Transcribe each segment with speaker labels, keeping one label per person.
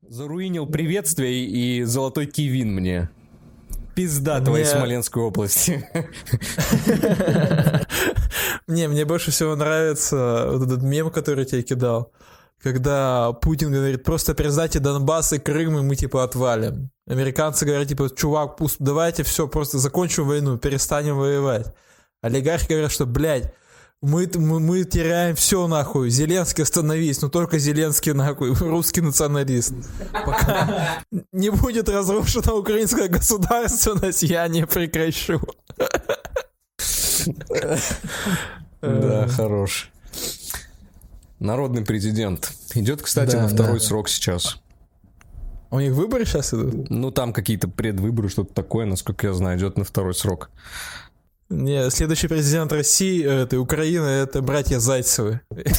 Speaker 1: Заруинил приветствие и золотой кивин мне. Пизда твоей Смоленской области.
Speaker 2: Мне больше всего нравится вот этот мем, который я тебе кидал. Когда Путин говорит, просто признайте Донбасс и Крым, и мы типа отвалим. Американцы говорят, типа, чувак, давайте все, просто закончим войну, перестанем воевать. Олигархи говорят, что, блядь, мы теряем все нахуй. Зеленский, остановись, но только Зеленский нахуй, русский националист. Пока не будет разрушена украинская государственность, я не прекращу.
Speaker 1: Да, хорош. Народный президент. Идет, кстати, на второй срок сейчас.
Speaker 2: У них выборы сейчас идут?
Speaker 1: Ну, там какие-то предвыборы, что-то такое, насколько я знаю, идет на второй срок.
Speaker 2: Не, следующий президент России, это Украины, это братья Зайцевы.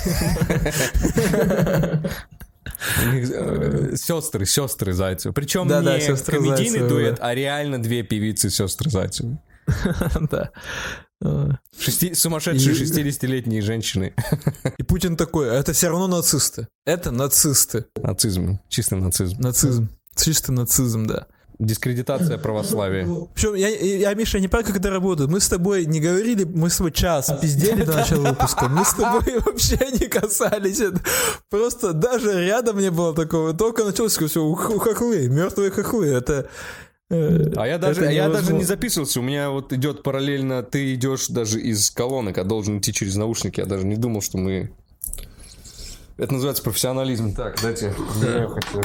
Speaker 1: Сестры Зайцевы. Причем не комедийный дуэт, а реально две певицы сестры Зайцевы.
Speaker 2: Да.
Speaker 1: Сумасшедшие 60-летние женщины.
Speaker 2: И Путин такой, это все равно нацисты. Это нацисты.
Speaker 1: Нацизм. Чистый нацизм.
Speaker 2: Нацизм. Чистый нацизм, да.
Speaker 1: Дискредитация православия.
Speaker 2: Причем, Миша, не понимаю, как это работает. Мы с тобой не говорили, мы с тобой час пиздели до начала выпуска. Мы с тобой вообще не касались. Просто даже рядом не было такого. Только началось все, хохлы, мертвые хохлы. Это...
Speaker 1: А я даже не записывался. У меня вот идет параллельно, ты идешь даже из колонок, а должен идти через наушники. Я даже не думал, что мы... Это называется профессионализм. Так, дайте. Я хочу...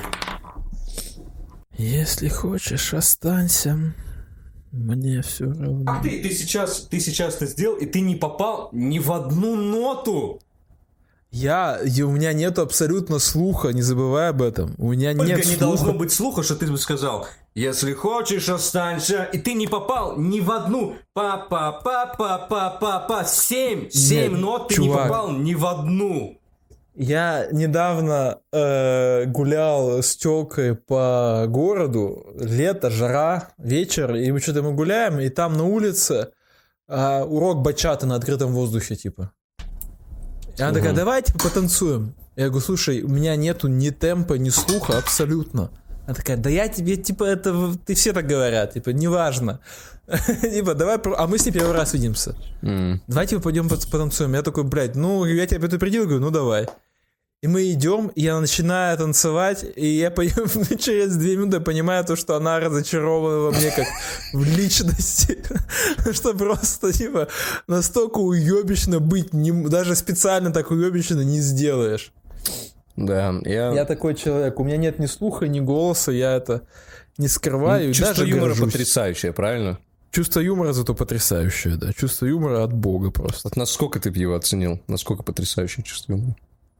Speaker 2: Если хочешь, останься. Мне все равно.
Speaker 1: А ты сейчас это сделал, и ты не попал ни в одну ноту.
Speaker 2: У меня нет абсолютно слуха, не забывай об этом. У меня
Speaker 1: Только
Speaker 2: нет
Speaker 1: не
Speaker 2: слуха.
Speaker 1: должно быть слуха, что ты бы сказал. Если хочешь, останься. И ты не попал ни в одну. Па-па-па-па-па-па-па. 7 нот ты не попал ни в одну.
Speaker 2: Я недавно гулял с тёлкой по городу, лето, жара, вечер, и мы гуляем, и там на улице урок бачаты на открытом воздухе, типа. И она такая, давайте потанцуем. Я говорю, слушай, у меня нету ни темпа, ни слуха абсолютно. Она такая, да я тебе, типа, это, ты все так говорят, типа, неважно. Типа, давай, а мы с ней первый раз видимся. Давайте пойдем потанцуем. Я такой, блядь, я тебя предупредил, говорю, ну давай. И мы идем, и я начинаю танцевать, и я через 2 минуты понимаю то, что она разочарована во мне как в личности. Что просто, типа, настолько уебищно быть, даже специально так уебищно не сделаешь.
Speaker 1: Да,
Speaker 2: я такой человек, у меня нет ни слуха, ни голоса, я это не скрываю.
Speaker 1: Чувство юмора потрясающее, правильно?
Speaker 2: Чувство юмора зато потрясающее, да. Чувство юмора от Бога просто.
Speaker 1: Вот насколько ты бы его оценил? Насколько потрясающее чувство юмора?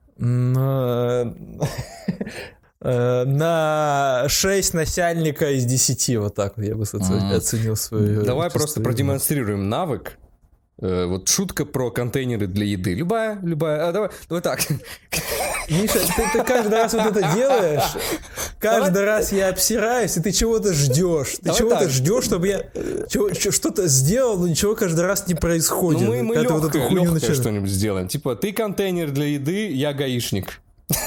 Speaker 2: На 6 начальника из 10, вот так я бы оценил свое.
Speaker 1: Давай просто продемонстрируем навык. Вот шутка про контейнеры для еды. Любая. Давай так.
Speaker 2: Миша, ты каждый раз вот это делаешь. Каждый раз я обсираюсь, и ты чего-то ждешь. Ты чего-то ждешь, чтобы я что-то сделал, но ничего каждый раз не происходит.
Speaker 1: Ну мы легкое что-нибудь сделаем. Типа, ты контейнер для еды, я гаишник.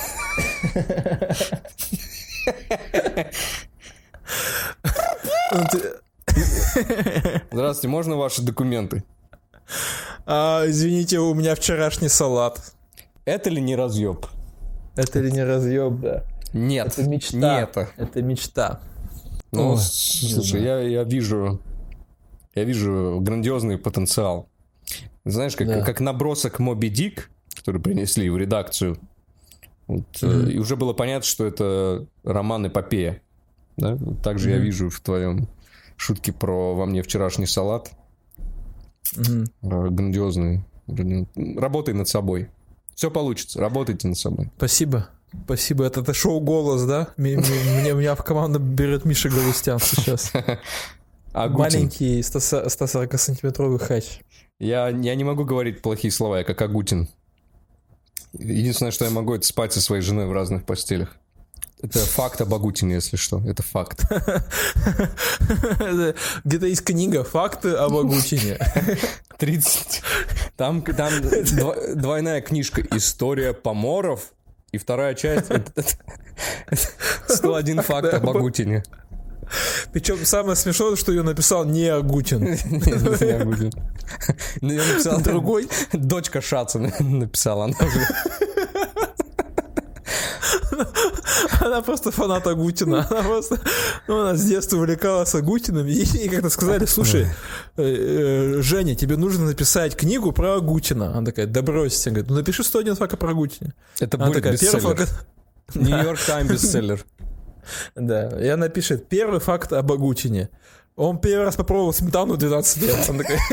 Speaker 1: Здравствуйте, можно ваши документы?
Speaker 2: Извините, у меня вчерашний салат.
Speaker 1: Это ли не разъеб?
Speaker 2: Это ли не разъеб, да?
Speaker 1: Нет.
Speaker 2: Это мечта.
Speaker 1: Не это.
Speaker 2: Это мечта.
Speaker 1: Ну, слушай, я вижу грандиозный потенциал. Знаешь, как набросок Моби Дик, который принесли в редакцию. Вот, и уже было понятно, что это роман-эпопея. Да? Также я вижу в твоем шутке про «Во мне вчерашний салат». Грандиозный. Работай над собой. Все получится. Работайте над собой.
Speaker 2: Спасибо. Это шоу «Голос», да? Меня в команду берет Миша Галустян сейчас. Маленький 140-сантиметровый хач.
Speaker 1: Я не могу говорить плохие слова, я как Агутин. Единственное, что я могу, это спать со своей женой в разных постелях. Это факт об Агутине, если что. Это факт.
Speaker 2: Где-то есть книга «Факты об Агутине».
Speaker 1: 30. Там двойная книжка «История поморов». И вторая часть... сказал один факт об Агутине.
Speaker 2: Причем самое смешное, что ее написал не Агутин.
Speaker 1: Не Агутин. Ее написал другой. Дочка Шаца написала.
Speaker 2: Она просто фанат Агутина. Она с детства увлекалась Агутиным. И как-то сказали: слушай, Женя, тебе нужно написать книгу про Агутина. Она такая: да брось. Говорит: ну напиши 101 факт про Агутина.
Speaker 1: Это будет бестселлер. Нью-Йорк Таймс бестселлер.
Speaker 2: Да, и она пишет: первый факт об Агутине. Он первый раз попробовал сметану в 12 лет. Он такой...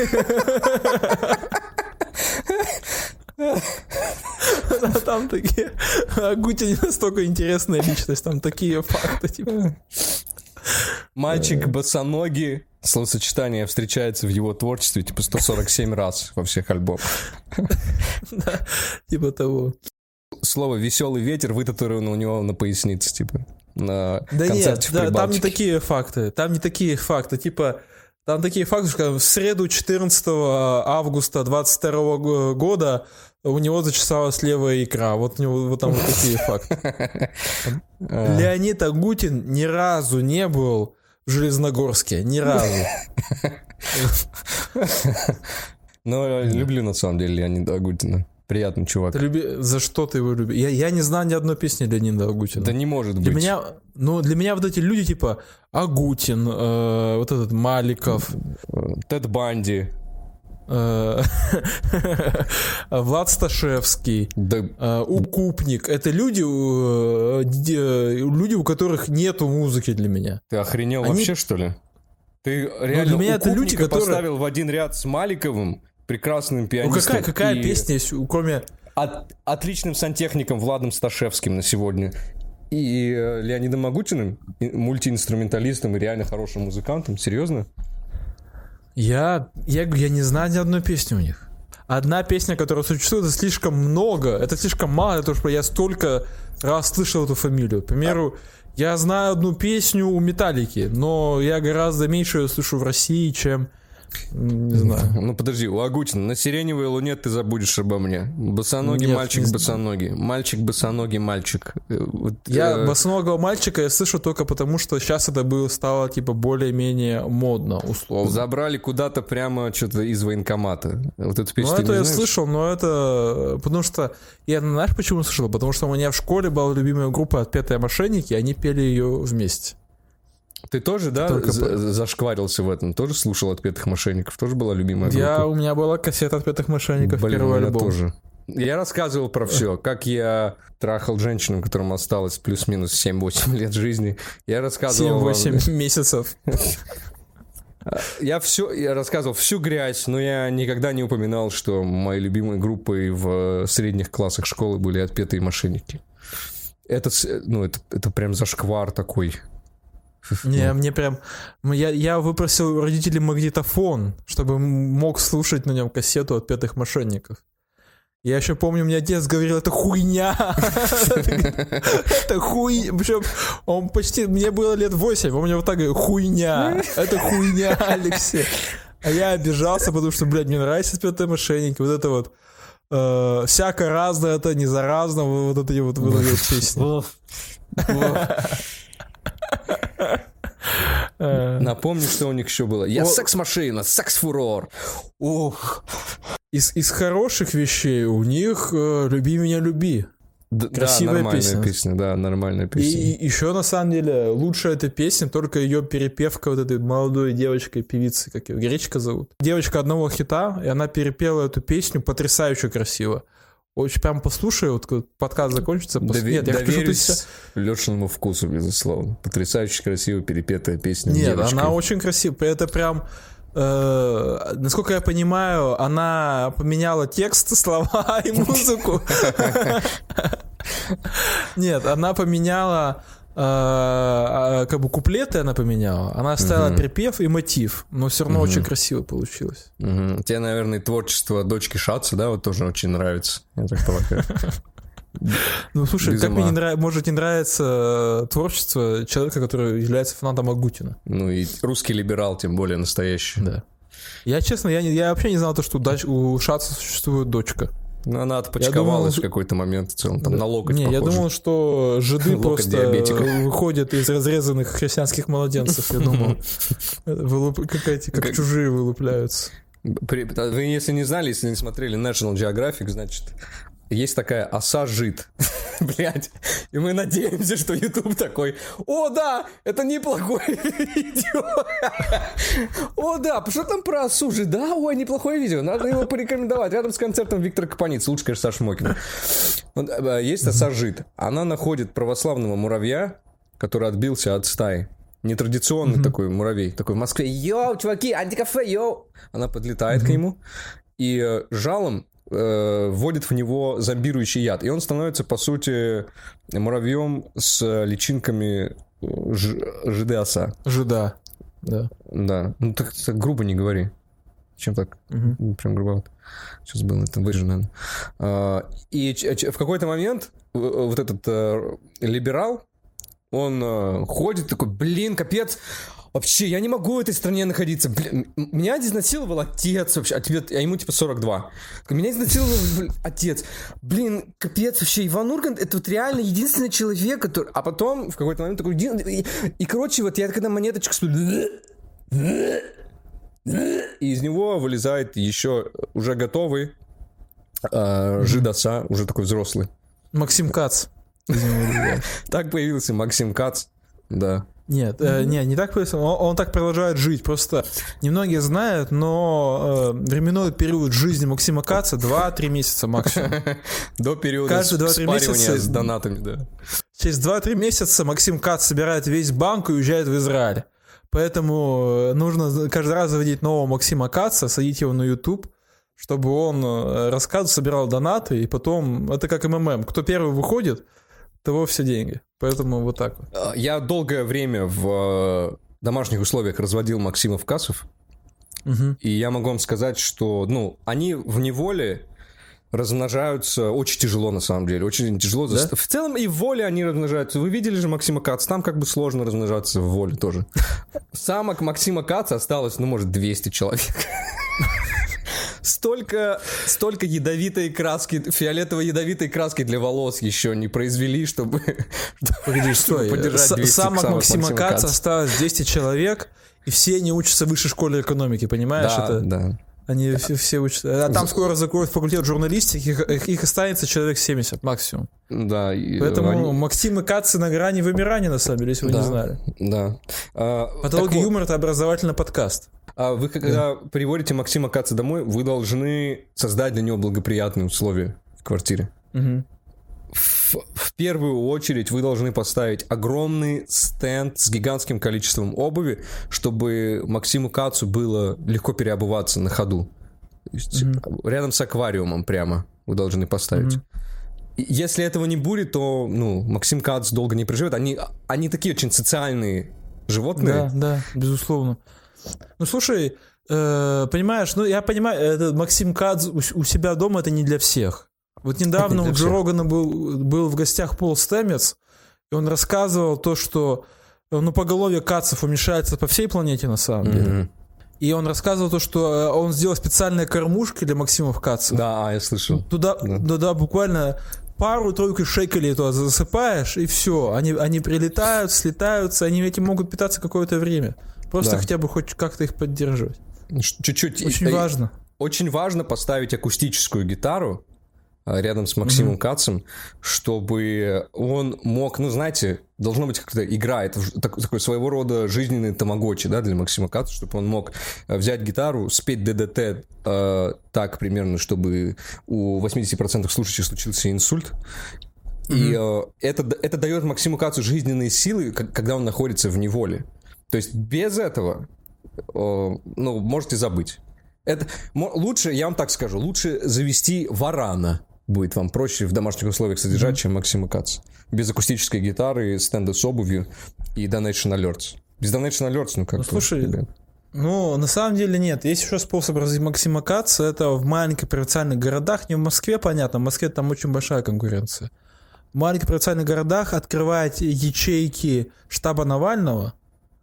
Speaker 2: Там такие... Агутин настолько интересная личность, там такие факты, типа...
Speaker 1: Мальчик босоногий, словосочетание встречается в его творчестве типа 147 раз во всех альбомах.
Speaker 2: Да, типа того.
Speaker 1: Слово «веселый ветер» вытатуировано у него на пояснице, типа, на
Speaker 2: да
Speaker 1: концерте в Прибалтике.
Speaker 2: Там не такие факты, типа, там такие факты, что в среду 14 августа 22 года у него зачесалась левая икра, вот у него вот там вот такие факты. Леонид Агутин ни разу не был в Железногорске, ни разу.
Speaker 1: Но люблю на самом деле Леонида Агутина. Приятный чувак.
Speaker 2: За что ты его любишь? Я не знаю ни одной песни Леонида Агутина.
Speaker 1: Да не может быть.
Speaker 2: Для меня вот эти люди типа Агутин, вот этот Маликов,
Speaker 1: Тед Банди,
Speaker 2: Влад Сташевский, Укупник. Это люди, у которых нету музыки для меня.
Speaker 1: Ты охренел вообще, что ли? Ты реально Укупника поставил в один ряд с Маликовым, прекрасным пианистом.
Speaker 2: Ну какая песня есть, кроме...
Speaker 1: Отличным сантехником Владом Сташевским на сегодня. И Леонидом Агутиным, мультиинструменталистом и реально хорошим музыкантом. Серьезно?
Speaker 2: Я не знаю ни одной песни у них. Одна песня, которая существует, это слишком много. Это слишком мало для того, чтобы я столько раз слышал эту фамилию. К примеру, я знаю одну песню у Металлики, но я гораздо меньше ее слышу в России, чем... Не знаю.
Speaker 1: Ну подожди, у Агутина: на сиреневой луне ты забудешь обо мне. Босоногий мальчик босоногий. Мальчик босоногий мальчик.
Speaker 2: Я босоногого мальчика я слышу только потому, что сейчас это стало типа более-менее модно, условно.
Speaker 1: Забрали куда-то прямо что-то из военкомата. Вот эту песню.
Speaker 2: Ну это я слышал, но это... Потому что... Я знаешь, почему слышал? Потому что у меня в школе была любимая группа «Отпетые мошенники», и они пели ее вместе.
Speaker 1: Ты тоже, да, зашкварился в этом? Тоже слушал «Отпетых мошенников»? Тоже была любимая группа?
Speaker 2: У меня была кассета «Отпетых мошенников», первый альбом.
Speaker 1: Тоже. Я рассказывал про все. Как я трахал женщину, которому осталось плюс-минус 7-8 лет жизни. Я рассказывал...
Speaker 2: 7-8 месяцев.
Speaker 1: Я рассказывал всю грязь, но я никогда не упоминал, что моей любимой группой в средних классах школы были «Отпетые мошенники». Это прям зашквар такой.
Speaker 2: Не, мне прям... Я выпросил у родителей магнитофон, чтобы мог слушать на нем кассету «Отпетых мошенников». Я еще помню, мне отец говорил: это хуйня. Это хуйня. Причем он почти... Мне было лет 8, он мне вот так говорит: хуйня. Это хуйня, Алексей. А я обижался, потому что, блядь, мне нравятся «Отпетые мошенники». Вот это вот всяко разное, это не заразно. Вот эти вот песни.
Speaker 1: Напомню, что у них еще было. Я секс-машина, секс-фурор.
Speaker 2: Из хороших вещей у них «Люби меня, люби». Красивая песня.
Speaker 1: Да, нормальная песня.
Speaker 2: И еще, на самом деле, лучшая эта песня, только ее перепевка вот этой молодой девочкой-певицы, как ее, Гречка зовут. Девочка одного хита, и она перепела эту песню потрясающе красиво. Очень прям послушай, вот подкаст закончится.
Speaker 1: Нет, я доверюсь Лешиному вкусу, безусловно. Потрясающе красиво перепетая песня.
Speaker 2: Нет,
Speaker 1: девочкой.
Speaker 2: Она очень красивая. Это прям... насколько я понимаю, она поменяла текст, слова и музыку. Нет, она поменяла как бы куплеты, она поменяла. Она оставила припев и мотив, но все равно очень красиво получилось.
Speaker 1: Тебе, наверное, творчество дочки Шаца, да, вот тоже очень нравится, я так полагаю.
Speaker 2: Ну, слушай, как мне может не нравиться творчество человека, который является фанатом Агутина?
Speaker 1: Ну, и русский либерал, тем более настоящий.
Speaker 2: Да. Я, честно, я вообще не знал, что у Шаца существует дочка.
Speaker 1: Ну, она отпочковалась в какой-то момент в целом, там на локоть
Speaker 2: похоже. Я думал, что жиды просто выходят из разрезанных христианских младенцев, я думал. Как чужие вылупляются.
Speaker 1: Вы, если не знали, если не смотрели National Geographic, значит, есть такая оса-жид. Блять. И мы надеемся, что YouTube такой: о, да, это неплохое видео. О, да, что там про осу жида? Ой, неплохое видео, надо его порекомендовать. Рядом с концертом Виктора Капаницы. Лучше, конечно, Саша Мокин. Есть оса-жид. Она находит православного муравья, который отбился от стаи. Нетрадиционный такой муравей. Такой в Москве: йоу, чуваки, антикафе, йоу. Она подлетает к нему и жалом вводит в него зомбирующий яд. И он становится, по сути, муравьем с личинками жида-оса.
Speaker 2: Жида, да.
Speaker 1: Да. Ну, так грубо не говори. Чем так? Прям грубовато. Сейчас было это вырежу, наверное. И в какой-то момент вот этот либерал, он ходит такой: блин, капец, вообще, я не могу в этой стране находиться. Блин, меня изнасиловал отец вообще, а ему типа 42. Меня изнасиловал отец. Блин, капец, вообще, Иван Ургант — это вот реально единственный человек, который... А потом в какой-то момент такой... И короче, вот я когда монеточку... И из него вылезает еще уже готовый жидоса, уже такой взрослый.
Speaker 2: Максим Кац.
Speaker 1: Так появился Максим Кац, да.
Speaker 2: Нет, не так появился, он так продолжает жить. Просто немногие знают, но временной период жизни Максима Каца 2-3 месяца максимум.
Speaker 1: До периода спаривания с донатами, да.
Speaker 2: Через 2-3 месяца Максим Кац собирает весь банк и уезжает в Израиль. Поэтому нужно каждый раз заводить нового Максима Каца, садить его на YouTube, чтобы он рассказывал, собирал донаты, и потом... Это как МММ. Кто первый выходит, того все деньги. Поэтому вот так вот.
Speaker 1: Я долгое время в домашних условиях разводил Максимов Кацев. И я могу вам сказать, что, они в неволе размножаются очень тяжело, на самом деле. Очень тяжело. Да? В целом и в воле они размножаются. Вы видели же Максима Каца? Там как бы сложно размножаться в воле тоже. Самок Максима Каца осталось, может, 200 человек. Столько ядовитой краски, фиолетовой ядовитой краски для волос еще не произвели, чтобы
Speaker 2: поддержать 200 самок Максима Каца осталось 200 человек, и все они учатся в высшей школе экономики, понимаешь?
Speaker 1: Да.
Speaker 2: Они все учатся. А там скоро закроют факультет журналистики, их останется человек 70 максимум.
Speaker 1: Да.
Speaker 2: Поэтому Максим и Кацы на грани вымирания, на самом деле, если вы не знали.
Speaker 1: Да.
Speaker 2: Патология юмора — это образовательный подкаст.
Speaker 1: Вы, когда приводите Максима Каца домой, вы должны создать для него благоприятные условия в квартире. В первую очередь вы должны поставить огромный стенд с гигантским количеством обуви, чтобы Максиму Кацу было легко переобуваться на ходу. То есть, рядом с аквариумом прямо вы должны поставить. Если этого не будет, то Максим Кац долго не проживет. Они такие очень социальные животные.
Speaker 2: Да, безусловно. Слушай, понимаешь, я понимаю, этот Максим Кац у себя дома — это не для всех. Вот недавно у Джо Рогана был в гостях Пол Стэмец, и он рассказывал то, что поголовье кацев уменьшается по всей планете на самом деле. И он рассказывал то, что он сделал специальные кормушки для Максимов Кацев.
Speaker 1: Да, я слышал.
Speaker 2: Туда буквально пару-тройку шекелей туда засыпаешь, и все. Они прилетают, слетаются, они этим могут питаться какое-то время. Просто хотя бы хоть как-то их поддерживать.
Speaker 1: Чуть-чуть.
Speaker 2: Очень важно.
Speaker 1: Очень важно поставить акустическую гитару рядом с Максимом Кацем, чтобы он мог, должно быть как-то игра, это такой своего рода жизненный тамагочи, да, для Максима Каца, чтобы он мог взять гитару, спеть ДДТ так примерно, чтобы у 80% слушающих случился инсульт. И это дает Максиму Кацу жизненные силы, когда он находится в неволе. То есть без этого, можете забыть. Лучше, я вам так скажу, лучше завести варана. Будет вам проще в домашних условиях содержать, чем Максима Каца. Без акустической гитары, стенда с обувью и Donation Alerts. Без Donation Alerts, как-то...
Speaker 2: Слушай, на самом деле нет. Есть еще способ развить Максима Каца. Это в маленьких провинциальных городах. Не в Москве, понятно. В Москве там очень большая конкуренция. В маленьких провинциальных городах открывать ячейки штаба Навального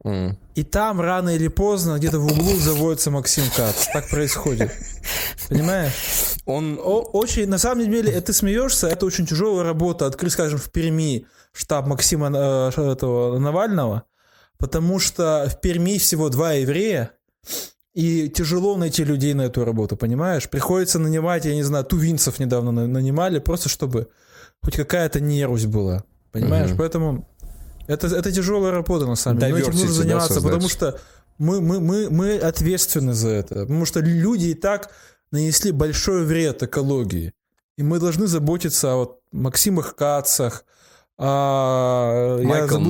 Speaker 2: И там рано или поздно где-то в углу заводится Максим Кац. Так происходит. Понимаешь?
Speaker 1: Он
Speaker 2: очень, на самом деле, ты смеешься, это очень тяжелая работа. Открыть, скажем, в Перми штаб Максима Навального, потому что в Перми всего 2 еврея, и тяжело найти людей на эту работу, понимаешь? Приходится нанимать, я не знаю, тувинцев недавно нанимали, просто чтобы хоть какая-то нерусь была. Понимаешь? Поэтому это тяжелая работа, на самом деле. Но этим нужно заниматься, потому что мы ответственны за это. Потому что люди и так нанесли большой вред экологии. И мы должны заботиться о Максимах Кацах, о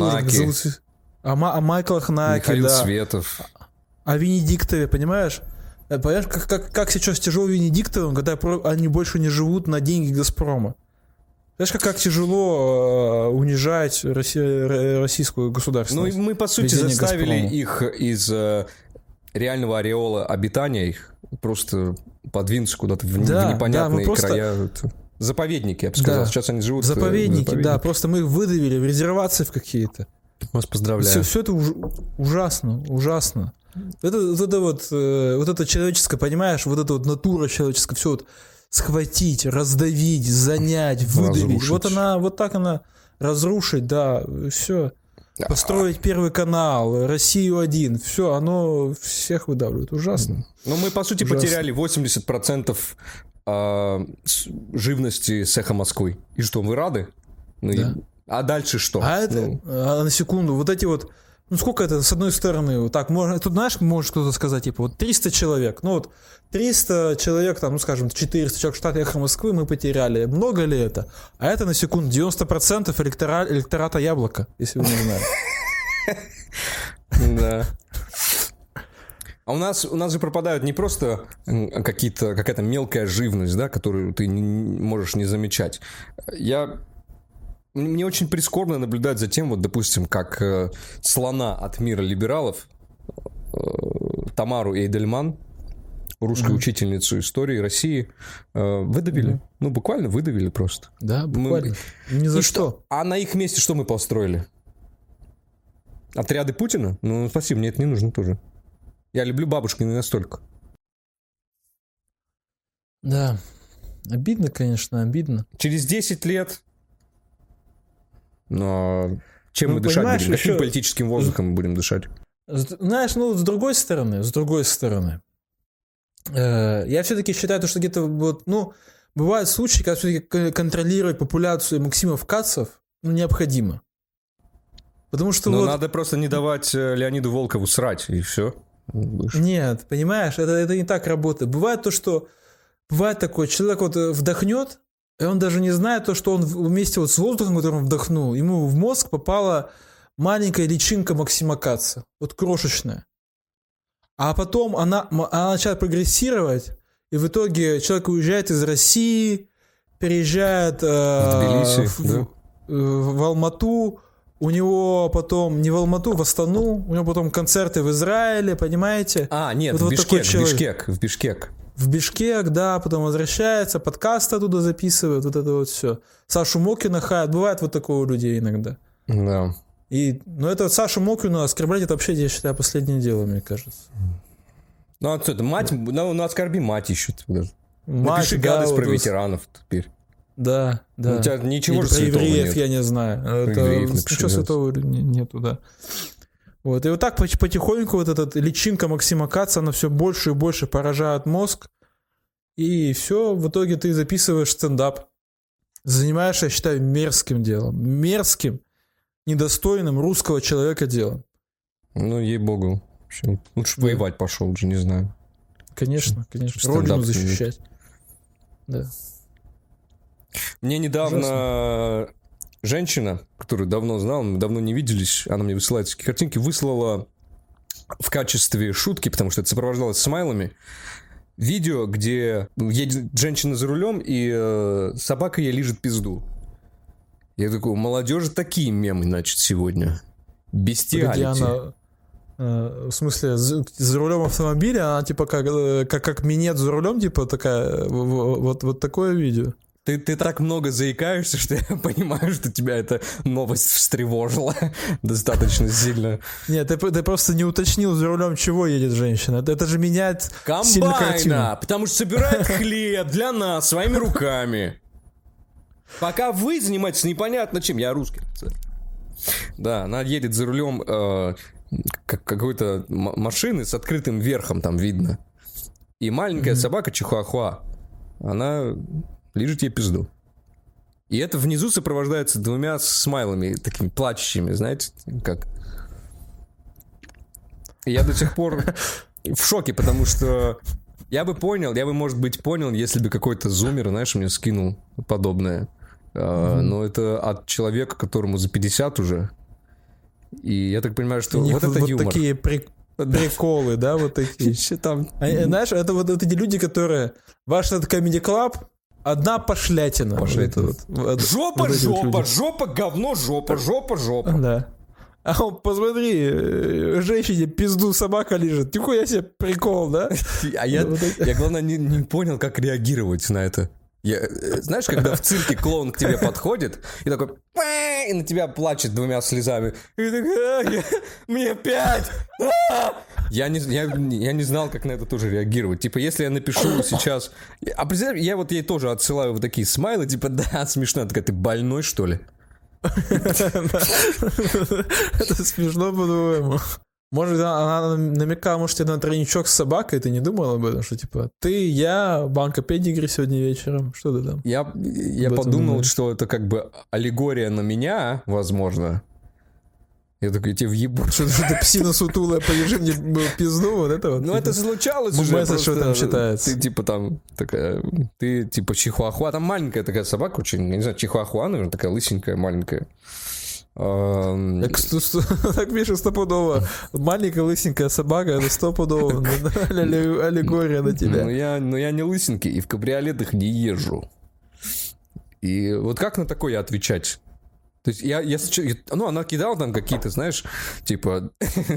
Speaker 2: Майклах Наки,
Speaker 1: Михаил Светов,
Speaker 2: о Венедиктове, понимаешь? Понимаешь, как сейчас тяжело Венедиктовым, когда они больше не живут на деньги Газпрома. Знаешь, как тяжело унижать российскую государственность.
Speaker 1: Ну, мы, по сути, заставили их из реального ореола обитания их просто подвинуться куда-то в непонятные края. Заповедники, я бы сказал. Да. Сейчас они живут в
Speaker 2: заповеднике. Да, просто мы их выдавили в резервации в какие-то.
Speaker 1: Вас поздравляю.
Speaker 2: Все это ужасно. Вот это человеческое, понимаешь, вот эта вот натура человеческая, все вот схватить, раздавить, занять, выдавить. Разрушить. Вот так она разрушить, да, все. Построить Первый канал, Россию-1, все, оно всех выдавливает. Ужасно.
Speaker 1: Ну, мы, по сути, потеряли 80% живности с «Эхо Москвы». И что, вы рады?
Speaker 2: Да.
Speaker 1: А дальше что?
Speaker 2: На секунду, вот эти вот, сколько это, с одной стороны, вот так, можно, тут, знаешь, может кто-то сказать, типа, вот 300 человек, 300 человек, там, скажем, 400 человек в штате «Эхо Москвы» мы потеряли. Много ли это? А это, на секунду, 90% электората «Яблоко», если вы не знаете.
Speaker 1: Да. А у нас же пропадают не просто какая-то мелкая живность, да, которую ты можешь не замечать. Мне очень прискорбно наблюдать за тем, вот, допустим, как слона от мира либералов Тамару Эйдельман, русскую учительницу истории России, выдавили. Ну, буквально выдавили просто.
Speaker 2: Да, буквально. Ни за что.
Speaker 1: А на их месте что мы построили? Отряды Путина? Ну, спасибо, мне это не нужно тоже. Я люблю бабушкину настолько.
Speaker 2: Да. Обидно, конечно, обидно.
Speaker 1: Через 10 лет... Но чем мы дышать будем? Каким политическим воздухом мы будем дышать?
Speaker 2: Знаешь, с другой стороны, я все-таки считаю, что где-то вот, бывают случаи, когда все-таки контролировать популяцию Максимов Кацев необходимо. Потому что
Speaker 1: надо просто не давать Леониду Волкову срать, и все.
Speaker 2: Нет, понимаешь, это не так работает. Бывает такое, человек вот вдохнет, и он даже не знает то, что он вместе вот с воздухом, который он вдохнул, ему в мозг попала маленькая личинка Максима Каца, вот крошечная. А потом она начинает прогрессировать, и в итоге человек уезжает из России, переезжает в Алмату, у него потом, не в Алмату, в Астану, у него потом концерты в Израиле, понимаете?
Speaker 1: Нет, в Бишкек.
Speaker 2: В Бишкек, да, потом возвращается, подкаст оттуда записывает, вот это вот все. Сашу Мокина хает, бывает вот такое у людей иногда.
Speaker 1: Да.
Speaker 2: Это вот Сашу Мокину оскорблять, это вообще, я считаю, последнее дело, мне кажется.
Speaker 1: А что это, мать, оскорби мать еще. Напиши
Speaker 2: да,
Speaker 1: гадость про ветеранов теперь.
Speaker 2: Да.
Speaker 1: У тебя ничего же
Speaker 2: про евреев
Speaker 1: нет.
Speaker 2: я не знаю. Ничего святого нету, да. Вот. И вот так потихоньку вот эта личинка Максима Каца, она все больше и больше поражает мозг. И все, в итоге ты записываешь стендап. Занимаешься, я считаю, мерзким делом. Мерзким, недостойным русского человека делом.
Speaker 1: Ей-богу. Лучше воевать пошел, уже не знаю.
Speaker 2: Конечно. Родину защищать. Да.
Speaker 1: Мне недавно женщина, которую давно знал, мы давно не виделись, она мне высылает такие картинки, выслала в качестве шутки, потому что это сопровождалось смайлами, видео, где едет женщина за рулем, и собака ей лижет пизду. Я такой, у молодежи такие мемы, значит, сегодня. Бестиалити.
Speaker 2: В смысле, за рулем автомобиля, она типа как минет за рулем, типа такая, вот такое видео.
Speaker 1: Ты так много заикаешься, что я понимаю, что тебя эта новость встревожила достаточно сильно.
Speaker 2: Нет, ты просто не уточнил, за рулем чего едет женщина. Это же меняет сильно картину.
Speaker 1: Комбайна, потому что собирает хлеб для нас своими руками. Пока вы занимаетесь непонятно чем. Я русский. Да, она едет за рулем какой-то машины с открытым верхом, там видно. И маленькая собака чихуахуа, она лижет ей пизду. И это внизу сопровождается 2 смайлами, такими плачущими, знаете, как. И я до сих пор в шоке, потому что я бы, может быть, понял, если бы какой-то зумер, знаешь, мне скинул подобное. Но это от человека, которому за 50 уже. И я так понимаю, что вот это юмор.
Speaker 2: Вот такие приколы, да, вот такие. Знаешь, это вот эти люди, которые... Ваш этот Comedy Club, одна пошлятина.
Speaker 1: Жопа, жопа, говно, жопа.
Speaker 2: Да. А он, посмотри, женщине пизду собака лежит. Нихуя себе прикол, да?
Speaker 1: А я главное, не понял, как реагировать на это. Знаешь, когда в цирке клоун к тебе подходит и такой, и на тебя плачет 2 слезами. И ты такой, мне 5. Я не знал, как на это тоже реагировать. Типа, если я напишу сейчас... А представляешь, я вот ей тоже отсылаю вот такие смайлы, типа, да, смешно. Такая, ты больной, что ли?
Speaker 2: Это смешно, по-твоему. Может, она намекала, может, на тройничок с собакой, ты не думал об этом, что типа ты, я, банка педигри сегодня вечером, что ты там?
Speaker 1: Я подумал, что это как бы аллегория на меня, возможно. Я такой, тебе въебу.
Speaker 2: Что ты псина сутулая, полежи мне пизду, вот это вот.
Speaker 1: Ну, это случалось уже.
Speaker 2: Месседж, что там считается.
Speaker 1: Ты типа там, такая, ты типа чихуахуа, там маленькая такая собака очень, не знаю, чихуахуа, наверное, такая лысенькая, маленькая.
Speaker 2: Так пишет стопудово. Маленькая лысенькая собака, это стопудово аллегория на тебя.
Speaker 1: Ну я не лысенький и в кабриолетах не езжу. И вот как на такое отвечать? То есть она кидала там какие-то, знаешь, типа...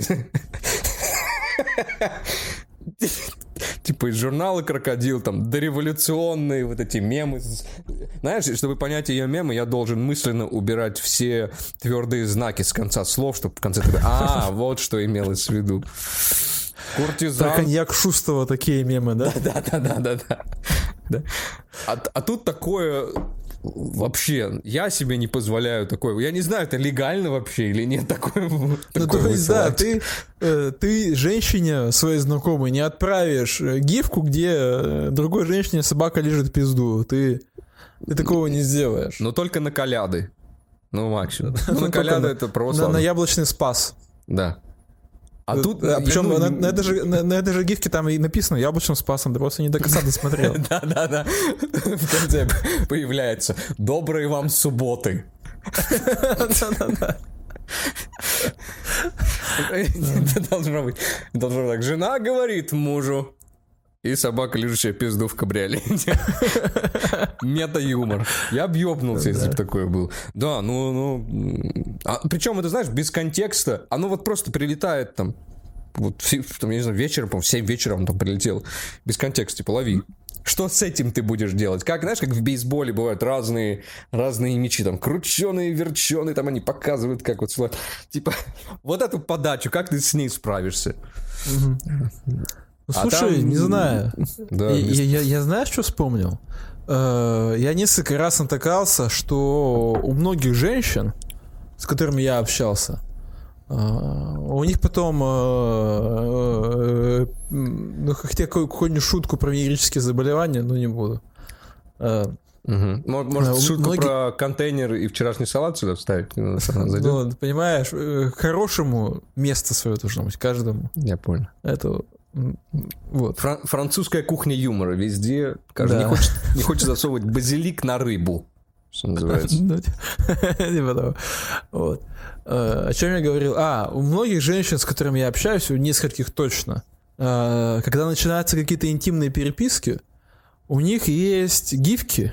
Speaker 1: Типа из журнала «Крокодил», там, дореволюционные вот эти мемы. Знаешь, чтобы понять ее мемы, я должен мысленно убирать все твердые знаки с конца слов, чтобы в конце... вот что имелось в виду. Куртизан.
Speaker 2: Про коньяк Шустова такие мемы, да?
Speaker 1: Да. А тут такое... Вообще, я себе не позволяю такое. Я не знаю, это легально вообще или нет такое.
Speaker 2: Ну, то есть, да, ты женщине своей знакомой не отправишь гифку, где другой женщине собака лежит пизду. Ты такого не сделаешь.
Speaker 1: Но только на коляды. Ну, максимум. На коляды это просто...
Speaker 2: На яблочный спас.
Speaker 1: Да. А тут...
Speaker 2: Причем на этой же гифке там и написано яблочным спасом, ты просто не до конца досмотрел.
Speaker 1: Да. В конце появляется «Доброй вам субботы».
Speaker 2: Да.
Speaker 1: Должно быть так. Жена говорит мужу. И собака, лежащая пизду в кабриолете. Мета-юмор. Я б ёбнулся, если бы такое было. Да, причем, это, знаешь, без контекста. Оно вот просто прилетает там. Вот, там, я не знаю, вечером, по-моему, в 7 вечера он там прилетел. Без контекста, типа, лови. Что с этим ты будешь делать? Как, знаешь, как в бейсболе бывают разные мячи, там, крученые, верченые, там они показывают, как вот... Типа, вот эту подачу, как ты с ней справишься?
Speaker 2: Слушай, не знаю.
Speaker 1: Да,
Speaker 2: я знаешь, что вспомнил? Я несколько раз натыкался, что у многих женщин, с которыми я общался, у них потом хотя какую-нибудь шутку про венерические заболевания, но не буду.
Speaker 1: Может, шутку про контейнер и вчерашний салат сюда вставить?
Speaker 2: Ну, понимаешь, хорошему место свое должно быть, каждому.
Speaker 1: Я понял.
Speaker 2: Это... Вот.
Speaker 1: Французская кухня юмора. Везде каждый не хочет засовывать базилик на рыбу, что называется.
Speaker 2: Вот. О чем я говорил? У многих женщин, с которыми я общаюсь, у нескольких точно, когда начинаются какие-то интимные переписки, у них есть гифки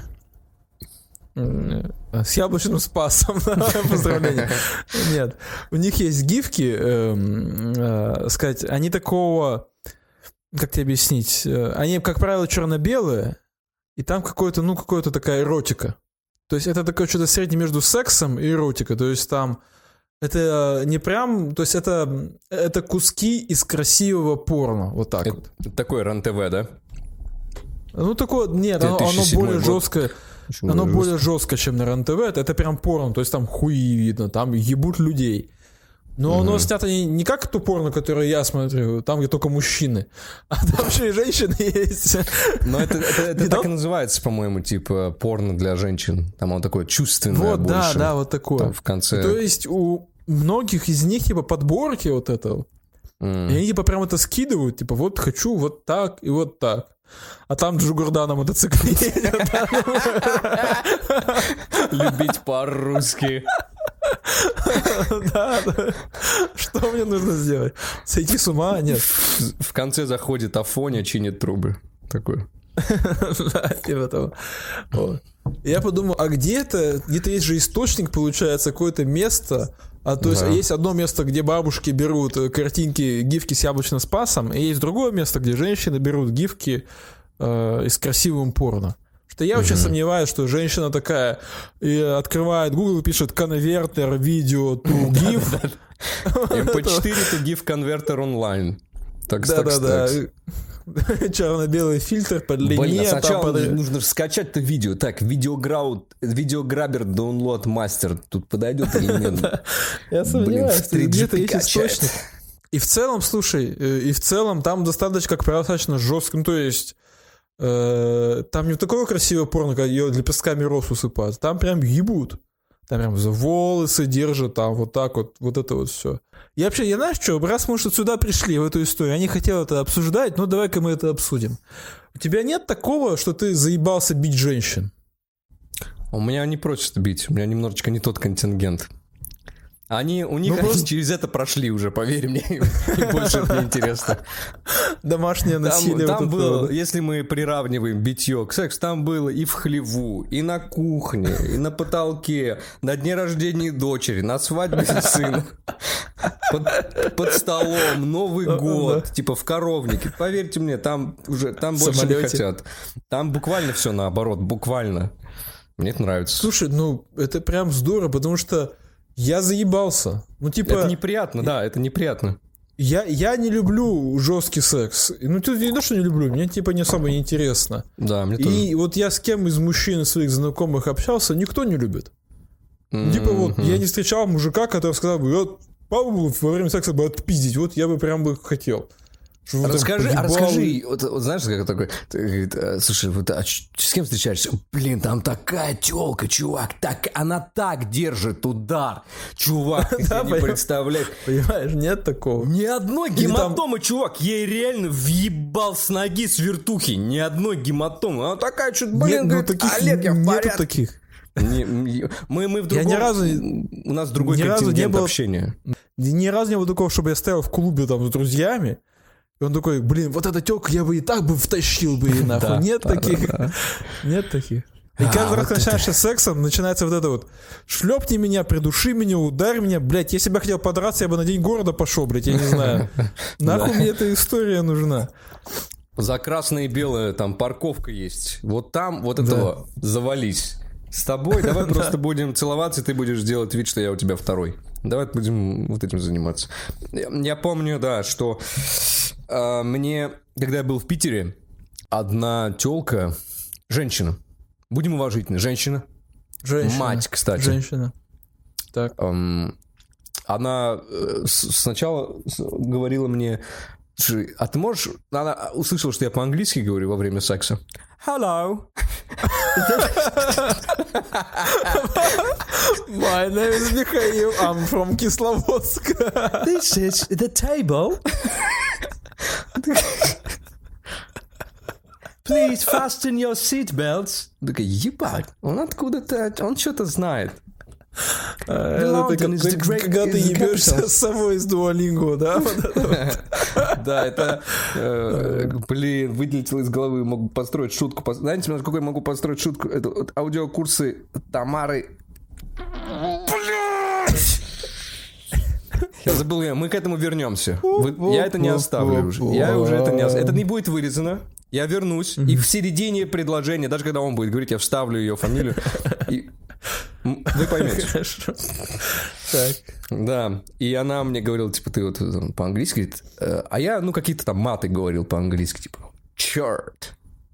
Speaker 2: с яблочным спасом. Поздравления. Нет. У них есть гифки, сказать, они такого... Как тебе объяснить? Они, как правило, черно-белые, и там какая-то такая эротика. То есть это такое что-то среднее между сексом и эротикой. То есть там это не прям... То есть это куски из красивого порно. Вот так вот.
Speaker 1: Такое РЕН-ТВ, да?
Speaker 2: Ну, такое... Нет, оно более жесткое. Оно более жесткое, чем на РЕН-ТВ. Это прям порно. То есть там хуи видно, там ебут людей. Но оно снято не как то порно, которое я смотрю, там, где только мужчины, а там вообще и женщины есть.
Speaker 1: Но это так и называется, по-моему, типа порно для женщин. Там оно такое чувственное
Speaker 2: вот,
Speaker 1: больше.
Speaker 2: Да, вот такое.
Speaker 1: Там в конце...
Speaker 2: То есть у многих из них типа подборки вот этого. И они типа прям это скидывают, типа вот хочу вот так и вот так. А там Джигурда на мотоцикле едет.
Speaker 1: Любить по-русски.
Speaker 2: Да. Что мне нужно сделать? Сойти с ума? Нет.
Speaker 1: В конце заходит Афоня, чинит трубы. Такое.
Speaker 2: Да, типа того. Я подумал, а где-то есть же источник, получается, какое-то место. То есть есть одно место, где бабушки берут картинки, гифки с яблочным спасом, и есть другое место, где женщины берут гифки с красивым порно. Что я вообще сомневаюсь, что женщина такая и открывает Google и пишет конвертер видео to GIF.
Speaker 1: MP4 to GIF конвертер онлайн.
Speaker 2: Да. Черно-белый фильтр по длине.
Speaker 1: Блин, сначала нужно скачать-то видео. Так, видеограбер download мастер тут подойдет или нет?
Speaker 2: Я сомневаюсь, где-то есть источник. И в целом, слушай, там достаточно, как правило, достаточно жестко. Ну, то есть там не такое красивое порно, когда ее лепестками роз усыпают. Там прям ебут. Там прям за волосы держат, там вот так вот это вот все. И вообще, я знаешь что, раз мы что сюда пришли, в эту историю, я не хотел это обсуждать, но давай-ка мы это обсудим. У тебя нет такого, что ты заебался бить женщин?
Speaker 1: У меня не просят бить, у меня немножечко не тот контингент. У них они через это прошли уже, поверь мне, им больше это не интересно.
Speaker 2: Домашнее насилие.
Speaker 1: Там было, если мы приравниваем битье к сексу, там было и в хлеву, и на кухне, и на потолке, на дне рождения дочери, на свадьбе сына, под столом, Новый год, типа в коровнике. Поверьте мне, там больше не хотят. Там буквально все наоборот, буквально. Мне это нравится.
Speaker 2: Слушай, это прям здорово, потому что я заебался.
Speaker 1: Это неприятно, да, это неприятно.
Speaker 2: Я не люблю жесткий секс. Тут не то, что не люблю, мне типа не особо неинтересно.
Speaker 1: Да, мне тоже.
Speaker 2: И вот я с кем из мужчин своих знакомых общался, никто не любит. Типа вот я не встречал мужика, который сказал бы, вот папа был во время секса бы отпиздить, вот я бы прям бы хотел.
Speaker 1: Расскажи, вот знаешь, как такой, слушай, с кем встречаешься? Блин, там такая тёлка, чувак, она так держит удар, чувак, ты себе не представляешь.
Speaker 2: Понимаешь, нет такого.
Speaker 1: Ни одной гематомы, чувак, ей реально въебал с ноги с вертухи, ни одной гематомы, она такая, что-то, блин, говорит, Олег, я в порядке.
Speaker 2: Нету таких.
Speaker 1: Мы в другом, у нас другой контингент общения.
Speaker 2: Ни разу не было такого, чтобы я стоял в клубе там с друзьями, и он такой, блин, вот эта тёлка я бы и так бы втащил бы и нахуй. Нет таких. Нет таких. И каждый раз, когда начинаешь с сексом, начинается вот это вот. Шлепни меня, придуши меня, ударь меня. Блядь, если бы я хотел подраться, я бы на День города пошел, блядь, я не знаю. Нахуй мне эта история нужна.
Speaker 1: За красное и белое там парковка есть. Вот там вот этого завались. С тобой давай просто будем целоваться, и ты будешь делать вид, что я у тебя второй. Давай будем вот этим заниматься. Я помню, да, что мне, когда я был в Питере, одна тёлка, женщина, будем уважительны, женщина. Мать, кстати.
Speaker 2: Женщина. Так.
Speaker 1: Она сначала говорила мне, слушай, а ты можешь... Она услышала, что я по-английски говорю во время секса. Hello.
Speaker 2: My name is Mikhail. I'm from Кисловодск.
Speaker 1: This is the table. Please fasten your seatbelts. Такая, ебать, он откуда-то, он что-то знает.
Speaker 2: Это когда ты ебешься с собой из Duolingo, да?
Speaker 1: Да, это, блин, вылетело из головы, могу построить шутку. Знаете, насколько я могу построить шутку? Это аудиокурсы Тамары. Блядь! Я забыл, мы к этому вернемся. Я это не оставлю уже. Я уже это не оставлю. Это не будет вырезано. я вернусь, и в середине предложения, даже когда он будет говорить, я вставлю ее фамилию, и вы поймете.
Speaker 2: Хорошо. Так.
Speaker 1: Да, и она мне говорила, типа, ты вот по-английски, говорит, а я, какие-то там маты говорил по-английски, типа, черт.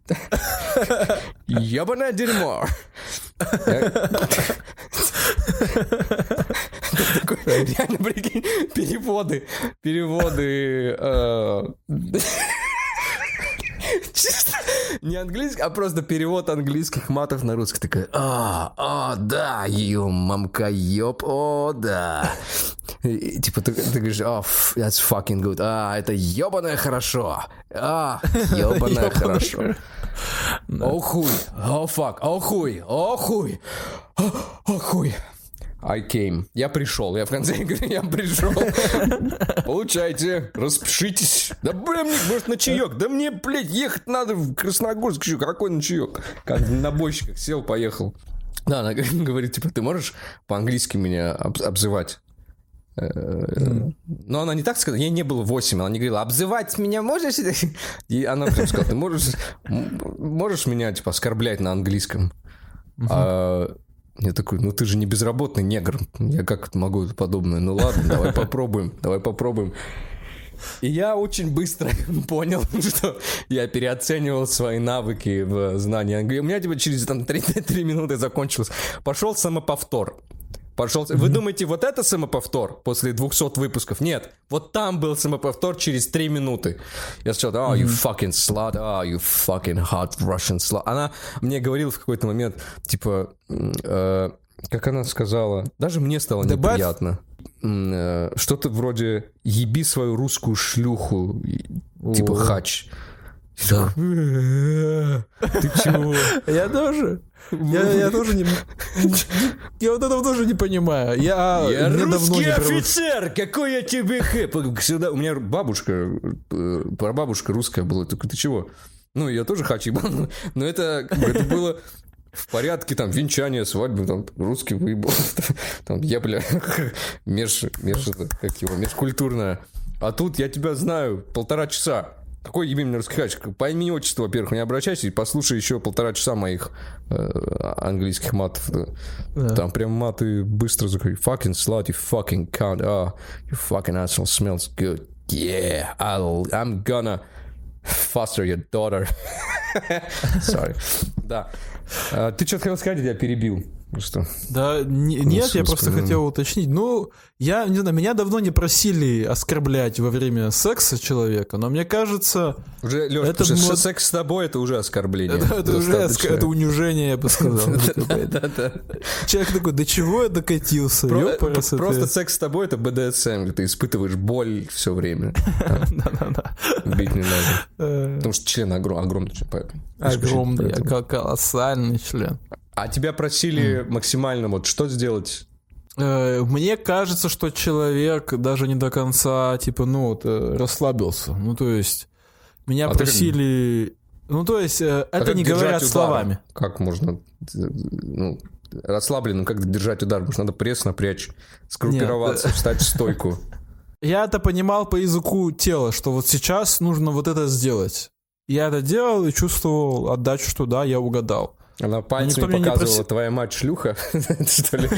Speaker 1: Ёбаное дерьмо. Реально, прикинь, переводы. Чисто не английский, а просто перевод английских матов на русский. Такой, да, мамка, ёб, да. И, типа, ты говоришь, that's fucking good. Это ёбаное хорошо. Ёбаное хорошо. О хуй, о fuck, о хуй. I came. Я пришел. Я в конце игры, я пришел. Получайте, распишитесь. Да, блин, может, на чаек. Да мне, блядь, ехать надо в Красногорск еще. Какой на чаек? Как на бойщиках сел, поехал. Да, она говорит, типа, ты можешь по-английски меня обзывать? Но она не так сказала, ей не было 8, она не говорила, обзывать меня можешь? И она прям сказала, ты можешь меня, типа, оскорблять на английском? Я такой, ты же не безработный негр, я как могу подобное? Ну ладно, давай попробуем. И я очень быстро понял, что я переоценивал свои навыки в знании английского. У меня типа через 3 минуты закончилось. Пошел самоповтор. Вы думаете, вот это самоповтор после 200 выпусков? Нет, вот там был самоповтор через 3 минуты. Я сказал, you fucking slut, you fucking hot Russian slut. Она мне говорила в какой-то момент, типа, как она сказала, даже мне стало неприятно. Что-то вроде «еби свою русскую шлюху», типа «хач».
Speaker 2: Да.
Speaker 1: Ты чего?
Speaker 2: Я тоже. Я тоже не... Я вот этого тоже не понимаю.
Speaker 1: Я русский офицер! Какой я тебе хэп! Сюда... У меня прабабушка русская была. Только ты чего? Я тоже хочу ебал. Но это было в порядке, там, венчания, свадьбы, там, русский выебал. Там, я, бля, межкультурная. А тут я тебя знаю 1,5 часа. Какой еби мне русский хач? По имени отчеству, во-первых, не обращайся и послушай еще 1,5 часа моих английских матов. Да. Там прям маты быстро закрыли. Fucking slut, you fucking cunt. Your fucking asshole smells good. Yeah, I'm gonna foster your daughter. Sorry. Да. Ты что-то хотел сказать, я перебил. Что?
Speaker 2: Да, нет, я просто хотел уточнить. Я не знаю, меня давно не просили оскорблять во время секса человека, но мне кажется...
Speaker 1: Уже, Лёш, секс с тобой — это уже оскорбление.
Speaker 2: Это уже это унижение, я бы сказал. Человек такой, до чего я докатился?
Speaker 1: Просто секс с тобой — это БДСМ, ты испытываешь боль все время.
Speaker 2: Да-да-да.
Speaker 1: Бить не надо. Потому что член огромный.
Speaker 2: Огромный, колоссальный член.
Speaker 1: А тебя просили максимально вот что сделать?
Speaker 2: Мне кажется, что человек даже не до конца, типа, расслабился. То есть, меня просили... это не говорят словами.
Speaker 1: Как можно... расслабленным, как держать удар? Потому что надо пресс напрячь, сгруппироваться, встать в стойку.
Speaker 2: Я это понимал по языку тела, что вот сейчас нужно вот это сделать. Я это делал и чувствовал отдачу, что да, я угадал.
Speaker 1: Она пальцами показывала, твоя мать шлюха, что ли?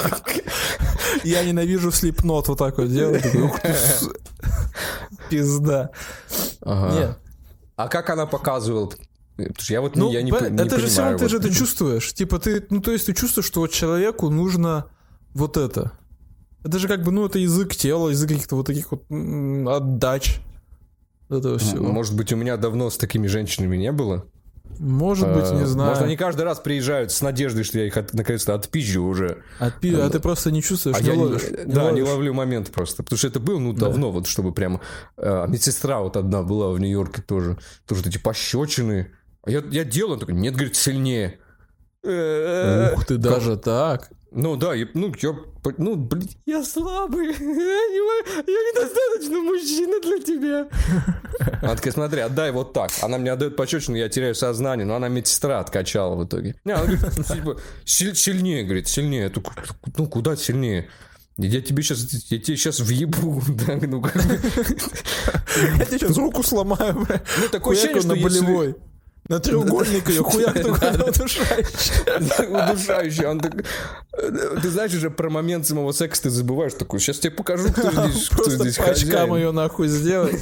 Speaker 2: Я ненавижу Slipknot вот так вот делать. Ух ты, пизда.
Speaker 1: Нет. А как она показывала? Потому что я вот я не понимаю.
Speaker 2: Это же все равно ты же это чувствуешь. Типа ты, то есть ты чувствуешь, что вот человеку нужно вот это. Это же как бы, это язык тела, язык каких-то вот таких вот отдач. Этого всего.
Speaker 1: Может быть, у меня давно с такими женщинами не было?
Speaker 2: Может быть, не знаю.
Speaker 1: Может, они каждый раз приезжают с надеждой, что я их наконец-то отпизжу уже.
Speaker 2: А ты просто не чувствуешь, не ловишь.
Speaker 1: Не ловлю момент просто. Потому что это было, давно, вот чтобы прямо... медсестра вот одна была в Нью-Йорке тоже эти пощечины. А я делаю, он такой, нет, говорит, сильнее.
Speaker 2: Ух ты, даже так?
Speaker 1: Да, я слабый, я недостаточно мужчина для тебя. Она такая, смотри, отдай вот так. Она мне отдает пощечину, я теряю сознание, но она медсестра откачала в итоге. Она говорит, сильнее, говорит, сильнее. Я такой, куда сильнее? Я тебе сейчас въебу, да, ну как.
Speaker 2: Я тебе сейчас руку сломаю, бля.
Speaker 1: Ну, такое ощущение, что
Speaker 2: на болевой. На треугольник ее хуяк такой удушающий.
Speaker 1: Удушающий. Он так... Ты знаешь, уже про момент самого секса ты забываешь. Такой, сейчас тебе покажу, кто здесь хозяин.
Speaker 2: Просто по очкам ее нахуй сделать.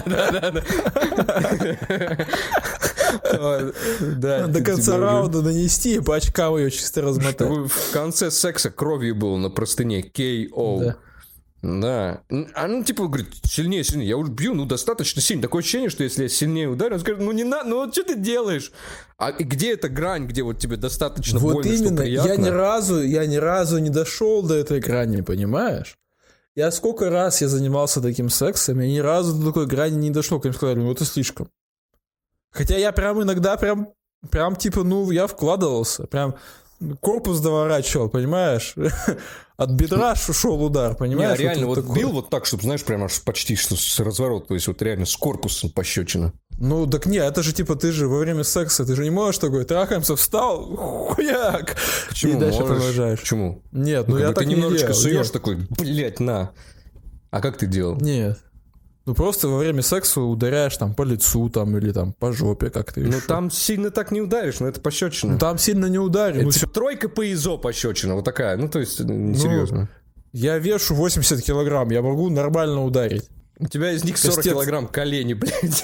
Speaker 1: Да.
Speaker 2: До конца раунда донести и по очкам ее чисто размотать.
Speaker 1: В конце секса кровью было на простыне. KO. Да. А ну, типа, говорит, сильнее. Я уже бью, ну, достаточно сильно. Такое ощущение, что если я сильнее ударю, он скажет, ну, не надо, ну, вот что ты делаешь? А где эта грань, где вот тебе достаточно
Speaker 2: вот
Speaker 1: больно,
Speaker 2: именно,
Speaker 1: что приятно?
Speaker 2: Я ни разу не дошел до этой грани, понимаешь? Я сколько раз я занимался таким сексом, я ни разу до такой грани не дошел, как сказали, ну, это слишком. Хотя я прям иногда прям типа, ну, я вкладывался, прям корпус доворачивал, понимаешь? От бедра шел удар, понимаешь?
Speaker 1: Я реально вот бил вот так, чтобы, знаешь, прям аж почти что с разворота, то есть вот реально с корпусом пощечина.
Speaker 2: Ну, так не, это же типа ты же во время секса, ты же не можешь такой, трахаемся, встал, хуяк,
Speaker 1: почему?
Speaker 2: И дальше
Speaker 1: Можешь?
Speaker 2: продолжаешь.
Speaker 1: Почему?
Speaker 2: Нет, ну я так не делал. Ты
Speaker 1: немножечко суешь такой, блять, на. А как ты делал?
Speaker 2: Нет. Ну, просто во время секса ударяешь там по лицу там или там по жопе как-то еще.
Speaker 1: Ну, там сильно так не ударишь, но это пощечина.
Speaker 2: Ну, там сильно не ударишь.
Speaker 1: Это тройка по ИЗО пощечина, вот такая, ну, то есть, несерьезно.
Speaker 2: Я вешу 80 килограмм, я могу нормально ударить.
Speaker 1: У тебя из них 40 килограмм колени, блядь.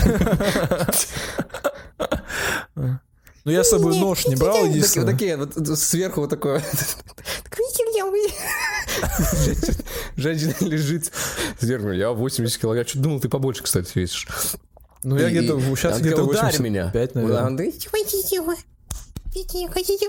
Speaker 2: Ну, я с собой нож не брал,
Speaker 1: единственное. Такие, вот сверху вот такое. Женщина лежит сверху. Я 80 килограмм. Что думал, ты побольше, кстати, весишь.
Speaker 2: Ну, я где-то сейчас где-то 85, наверное.
Speaker 1: Хотите?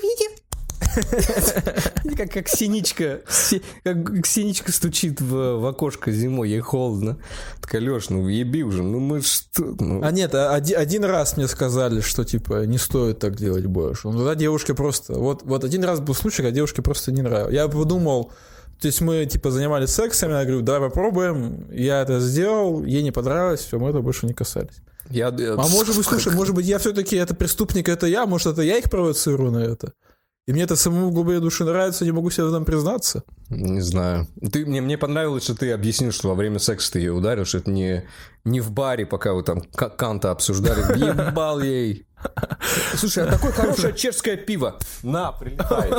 Speaker 1: Как синичка стучит в окошко зимой, ей холодно. Так, Лёш, ну еби уже, ну мы что? Ну.
Speaker 2: А нет, один раз мне сказали, что типа не стоит так делать больше. Ну тогда девушке просто... Вот один раз был случай, когда девушке просто не нравилось. Я подумал, то есть мы типа занимались сексом, я говорю, давай попробуем. Я это сделал, ей не понравилось, все, мы этого больше не касались. А может быть, слушай, может быть, я все-таки это преступник, это я, может, это я их провоцирую на это? И мне это самому в глубине души нравится, не могу себе в этом признаться.
Speaker 1: Не знаю. Мне понравилось, что ты объяснил, что во время секса ты ее ударил, что это не в баре, пока вы там Канта обсуждали. Ебал ей. Слушай, а такое хорошее чешское пиво. На, прилетай.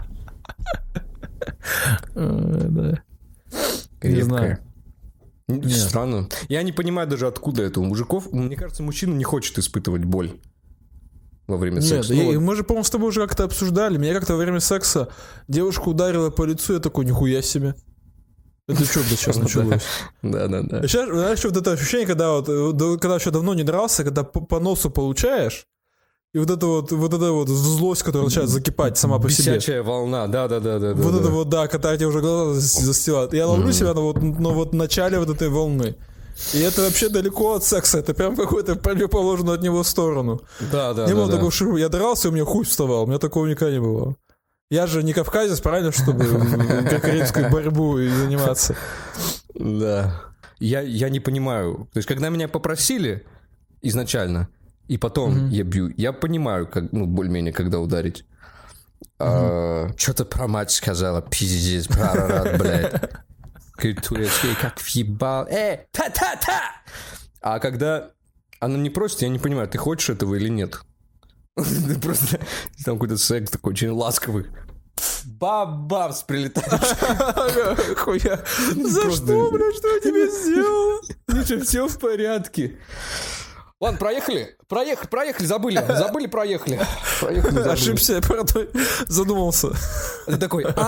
Speaker 2: Не знаю.
Speaker 1: Странно. Я не понимаю даже, откуда это у мужиков. Мне кажется, мужчина не хочет испытывать боль во время секса.
Speaker 2: Нет, мы же, по-моему, с тобой уже как-то обсуждали. Меня как-то во время секса девушка ударила по лицу, я такой, нихуя себе. Это что, блядь, сейчас началось?
Speaker 1: Да.
Speaker 2: Сейчас, знаешь, вот это ощущение, когда еще давно не дрался, когда по носу получаешь, и вот эта вот злость, которая начинает закипать сама по себе.
Speaker 1: Бесячая волна, да.
Speaker 2: Вот это вот, да, когда тебе уже глаза застилают. Я ловлю себя на вот начале вот этой волны. И это вообще далеко от секса, это прям какой-то противоположную от него сторону.
Speaker 1: Да.
Speaker 2: Не было такого, что я дрался, и у меня хуй вставал, у меня такого никогда не было. Я же не кавказец, правильно, чтобы греко-римскую борьбу и заниматься.
Speaker 1: Да. Я не понимаю. То есть, когда меня попросили изначально, и потом я бью, я понимаю, как, ну, более-менее, когда ударить. Что-то про мать сказала, пиздец, прорад, блядь. Турецкий, как въебал. Та-та-та! А когда она не просит, я не понимаю, ты хочешь этого или нет? Ты просто... Там какой-то секс такой очень ласковый. Бабамс прилетаешь.
Speaker 2: Хуя. За что, бля, что я тебе сделал?
Speaker 1: Ничего, все в порядке. Ладно, проехали, забыли, проехали.
Speaker 2: Ошибся, задумался.
Speaker 1: Ты такой, окей.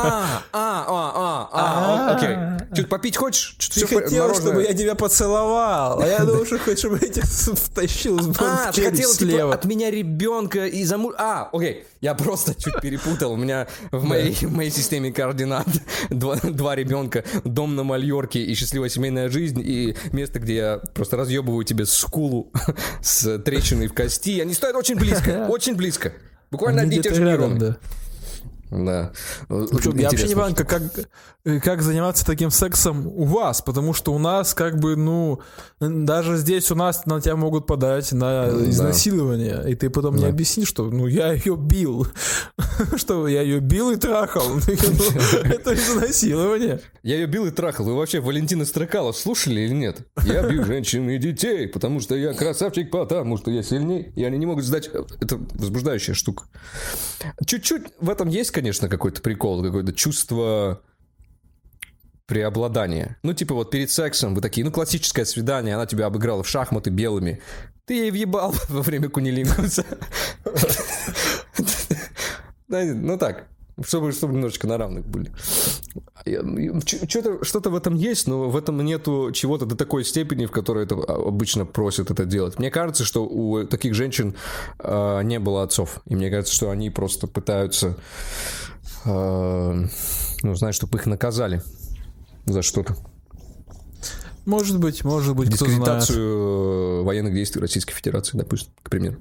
Speaker 1: Что-то попить хочешь?
Speaker 2: Ты хотел, чтобы я тебя поцеловал, а я думал, что хочешь, чтобы я тебя втащил с бомб
Speaker 1: ты хотел, типа, от меня ребенка и окей. Я просто чуть перепутал. У меня в моей системе координат два ребенка, дом на Мальорке и счастливая семейная жизнь, и место, где я просто разъебываю тебе скулу с трещиной в кости. Они стоят очень близко. Буквально одни и те же нейроны. Да.
Speaker 2: Причем, я вообще не понимаю, как заниматься таким сексом у вас, потому что у нас как бы, даже здесь у нас на тебя могут подать на изнасилование, и ты потом не объяснишь, что, я ее бил, что я ее бил и трахал, это изнасилование.
Speaker 1: Я ее бил и трахал. Вы вообще Валентина Стрыкало слушали или нет? Я бью женщин и детей, потому что я красавчик, потому что я сильней, и они не могут сдать. Это возбуждающая штука. Чуть-чуть в этом есть, конечно, какой-то прикол, какое-то чувство преобладания. Типа вот перед сексом вы такие, классическое свидание, она тебя обыграла в шахматы белыми. Ты ей въебал во время кунилингуса. Так, чтобы немножечко на равных были. Что-то в этом есть, но в этом нету чего-то до такой степени, в которой это обычно просят это делать. Мне кажется, что у таких женщин не было отцов. И мне кажется, что они просто пытаются, чтобы их наказали за что-то.
Speaker 2: Может быть, кто знает.
Speaker 1: Дискредитацию военных действий Российской Федерации, допустим, к примеру.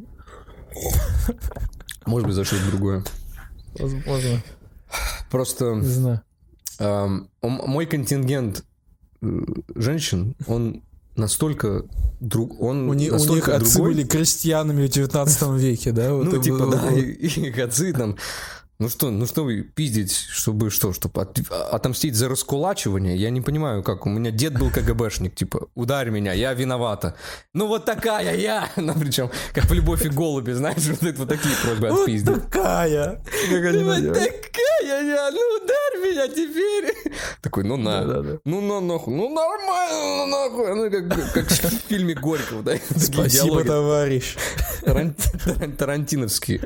Speaker 1: Может быть, за что-то другое.
Speaker 2: Возможно.
Speaker 1: Просто...
Speaker 2: Не знаю.
Speaker 1: Мой контингент женщин, он настолько у
Speaker 2: них отцы были крестьянами в 19 веке, да?
Speaker 1: Их отцы там... что вы пиздить, чтобы отомстить за раскулачивание? Я не понимаю, как. У меня дед был КГБшник, типа, ударь меня, я виновата. Вот такая я! Причем, как в «Любовь и голуби», знаешь, вот такие просьбы отпиздить.
Speaker 2: Вот такая!
Speaker 1: Вот такая я! Ударь меня теперь! Такой, на. Нахуй. Нормально, нахуй. Как в фильме Горького, да?
Speaker 2: Спасибо, товарищ.
Speaker 1: Тарантиновские.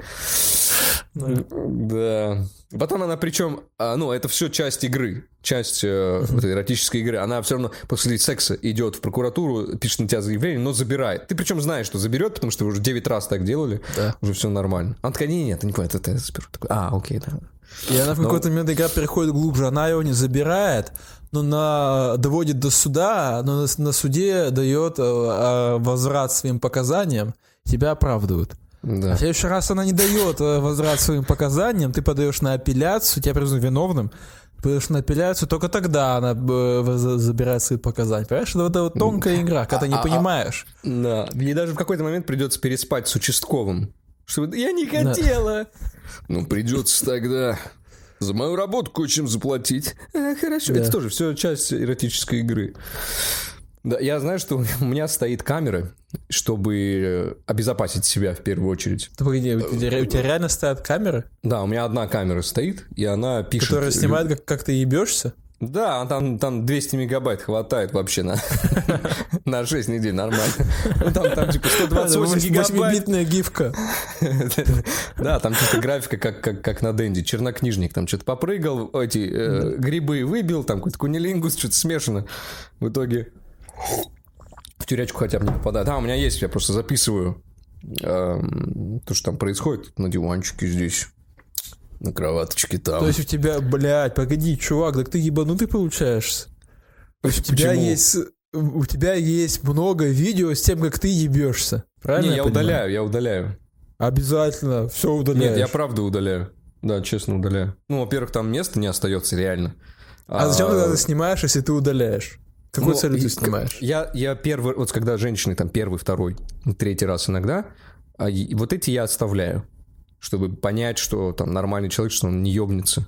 Speaker 1: Да. Потом она, причем, это все часть игры, часть этой эротической игры. Она все равно после секса идет в прокуратуру, пишет на тебя заявление, но забирает. Ты причем знаешь, что заберет, потому что вы уже 9 раз так делали, уже все нормально. Она такая, нет, не понимаю, это я заберу. Такой, окей, да.
Speaker 2: И она в какой-то момент игра переходит глубже. Она его не забирает, но доводит до суда, но на суде дает возврат своим показаниям, тебя оправдывают.
Speaker 1: Да.
Speaker 2: А в следующий раз она не дает возврат своим показаниям, ты подаешь на апелляцию, тебя признают виновным, подаешь на апелляцию, только тогда она забирает свои показания. Понимаешь, это вот тонкая игра, когда ты не понимаешь.
Speaker 1: Да, ей даже в какой-то момент придется переспать с участковым. Что я не хотела. Придется тогда за мою работу кое-чем заплатить. Хорошо, это тоже все часть эротической игры. Да, я знаю, что у меня стоит камера, чтобы обезопасить себя в первую очередь.
Speaker 2: Погоди, у тебя реально стоят камеры?
Speaker 1: Да, у меня одна камера стоит, и она пишет...
Speaker 2: Которая снимает, как ты ебешься?
Speaker 1: Да, там 200 мегабайт хватает вообще на 6 недель, нормально. Там типа 128 гигабайт.
Speaker 2: 8-битная гифка.
Speaker 1: Да, там чисто графика, как на Денди. Чернокнижник там что-то попрыгал, эти грибы выбил, там какой-то кунилингус, что-то смешано. В итоге... В тюрячку хотя бы не попадает. У меня есть, я просто записываю то, что там происходит на диванчике здесь, на кроваточке там.
Speaker 2: То есть у тебя, погоди, чувак, так ты ебанутый получаешься. У тебя есть много видео с тем, как ты ебешься. Правильно?
Speaker 1: Не, я удаляю.
Speaker 2: Обязательно, все удаляешь.
Speaker 1: Нет, я правда удаляю. Да, честно удаляю. Во-первых, там места не остается реально.
Speaker 2: А зачем тогда ты снимаешь, если ты удаляешь? Какой целью ты снимаешь?
Speaker 1: Я первый, вот когда женщины там первый, второй, третий раз иногда, вот эти я оставляю, чтобы понять, что там нормальный человек, что он не ёбнется.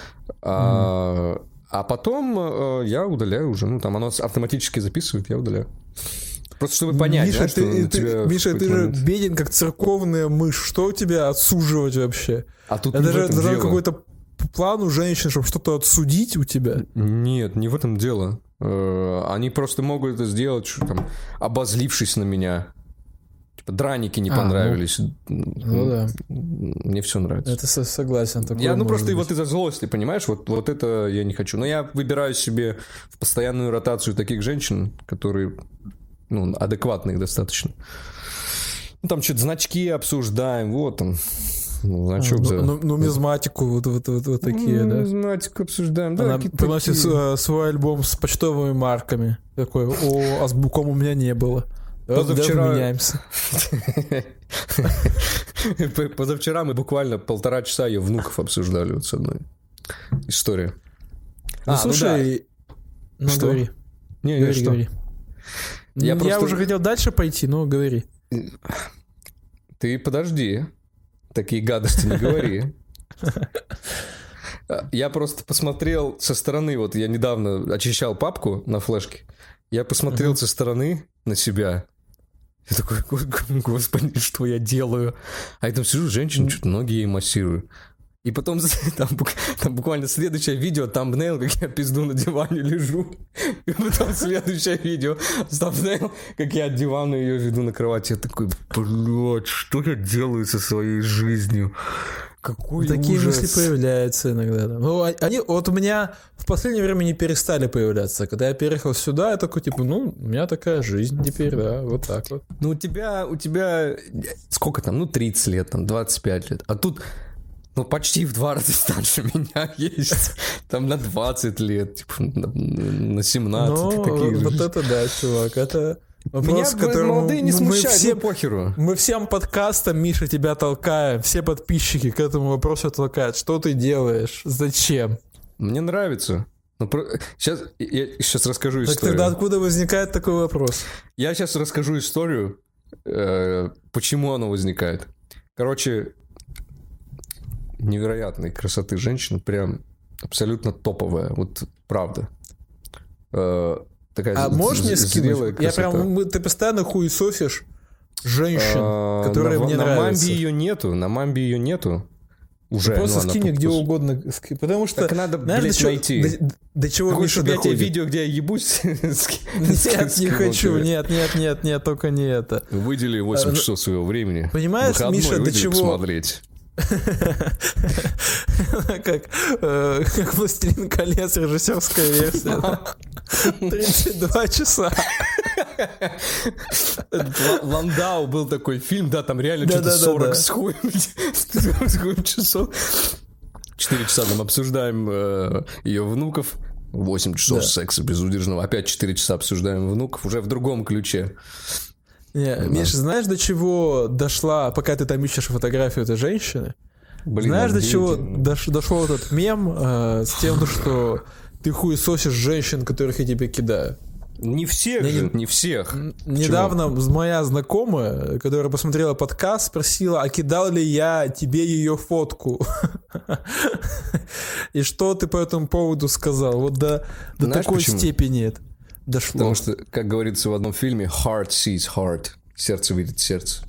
Speaker 1: А потом я удаляю уже, там оно автоматически записывает, я удаляю. Просто чтобы понять,
Speaker 2: Миша,
Speaker 1: что у тебя...
Speaker 2: Миша, ты же беден, как церковная мышь. Что у тебя отсуживать вообще?
Speaker 1: А тут
Speaker 2: это же какой-то план у женщин, чтобы что-то отсудить у тебя?
Speaker 1: Нет, не в этом дело. Они просто могут это сделать, там, обозлившись на меня. Типа, драники не понравились.
Speaker 2: Да.
Speaker 1: Мне все нравится.
Speaker 2: Это согласен.
Speaker 1: Я, просто и вот из-за злости, понимаешь, вот это я не хочу. Но я выбираю себе в постоянную ротацию таких женщин, которые, адекватные достаточно. Там что-то значки обсуждаем, вот там. Значок
Speaker 2: нумизматику, вот такие, да?
Speaker 1: Нумизматику обсуждаем, да.
Speaker 2: Она приносит свой альбом с почтовыми марками. Такой, а с буком у меня не было.
Speaker 1: Позавчера...
Speaker 2: меняемся.
Speaker 1: Позавчера мы буквально 1,5 часа ее внуков обсуждали вот с одной. История.
Speaker 2: Ну, слушай... Ну,
Speaker 1: что?
Speaker 2: говори.
Speaker 1: Говори.
Speaker 2: Я уже хотел дальше пойти, но говори.
Speaker 1: Ты подожди. Такие гадости не говори. Я просто посмотрел со стороны, вот я недавно очищал папку на флешке, я посмотрел со стороны на себя. Я такой, господи, что я делаю? А я там сижу, женщина, что-то ноги ей массирую. И потом там буквально следующее видео, тамбнейл, как я пизду на диване лежу. И потом следующее видео, тамбнейл, как я от дивана ее веду на кровати. Я такой, блядь, что я делаю со своей жизнью? Какой
Speaker 2: Такие
Speaker 1: ужас.
Speaker 2: мысли появляются иногда. Ну, они вот у меня в последнее время не перестали появляться. Когда я переехал сюда, я такой, типа, ну, у меня такая жизнь теперь, да, вот так вот.
Speaker 1: Ну, у тебя сколько там, ну, 30 лет, там, 25 лет. А тут, ну, почти в 2 раза старше меня есть. Там на 20 лет, типа, на 17.
Speaker 2: Ну, вот это да, чувак, это...
Speaker 1: Вопрос, меня молодые не смущают, похеру.
Speaker 2: Мы всем подкастам, Миша, тебя толкаем. Все подписчики к этому вопросу толкают. Что ты делаешь? Зачем?
Speaker 1: Мне нравится. Я сейчас расскажу историю.
Speaker 2: Так тогда откуда возникает такой вопрос?
Speaker 1: Я сейчас расскажу историю, почему оно возникает. Короче, невероятной красоты женщина, прям абсолютно топовая. Вот правда. Такая
Speaker 2: можешь мне скинуть? Ты постоянно хуесосишь женщин, которые мне нравятся.
Speaker 1: На Мамбе ее нету. Уже.
Speaker 2: Просто скинь где угодно. Потому что...
Speaker 1: Так надо, блядь, найти.
Speaker 2: До чего Миша доходит?
Speaker 1: Я тебе видео, где я ебусь?
Speaker 2: Нет, не хочу. Нет, только не это.
Speaker 1: Выдели 8 часов своего времени.
Speaker 2: Понимаешь, Миша, до чего...
Speaker 1: посмотреть.
Speaker 2: Как «Властелин колец», режиссерская версия. 32 часа.
Speaker 1: Ландау был такой фильм, да, там реально что-то 40 с хуем часов. 4 часа там обсуждаем ее внуков. 8 часов секса безудержного. Опять 4 часа обсуждаем внуков, уже в другом ключе.
Speaker 2: Миша, знаешь, до чего дошла, пока ты там ищешь фотографию этой женщины? Знаешь, до чего дошел этот мем с тем, что ты хуесосишь женщин, которых я тебе кидаю?
Speaker 1: Не всех же, не всех.
Speaker 2: Недавно моя знакомая, которая посмотрела подкаст, спросила, а кидал ли я тебе ее фотку? И что ты по этому поводу сказал? Вот до такой степени это дошло.
Speaker 1: Потому что, как говорится в одном фильме, heart sees heart. Сердце видит сердце.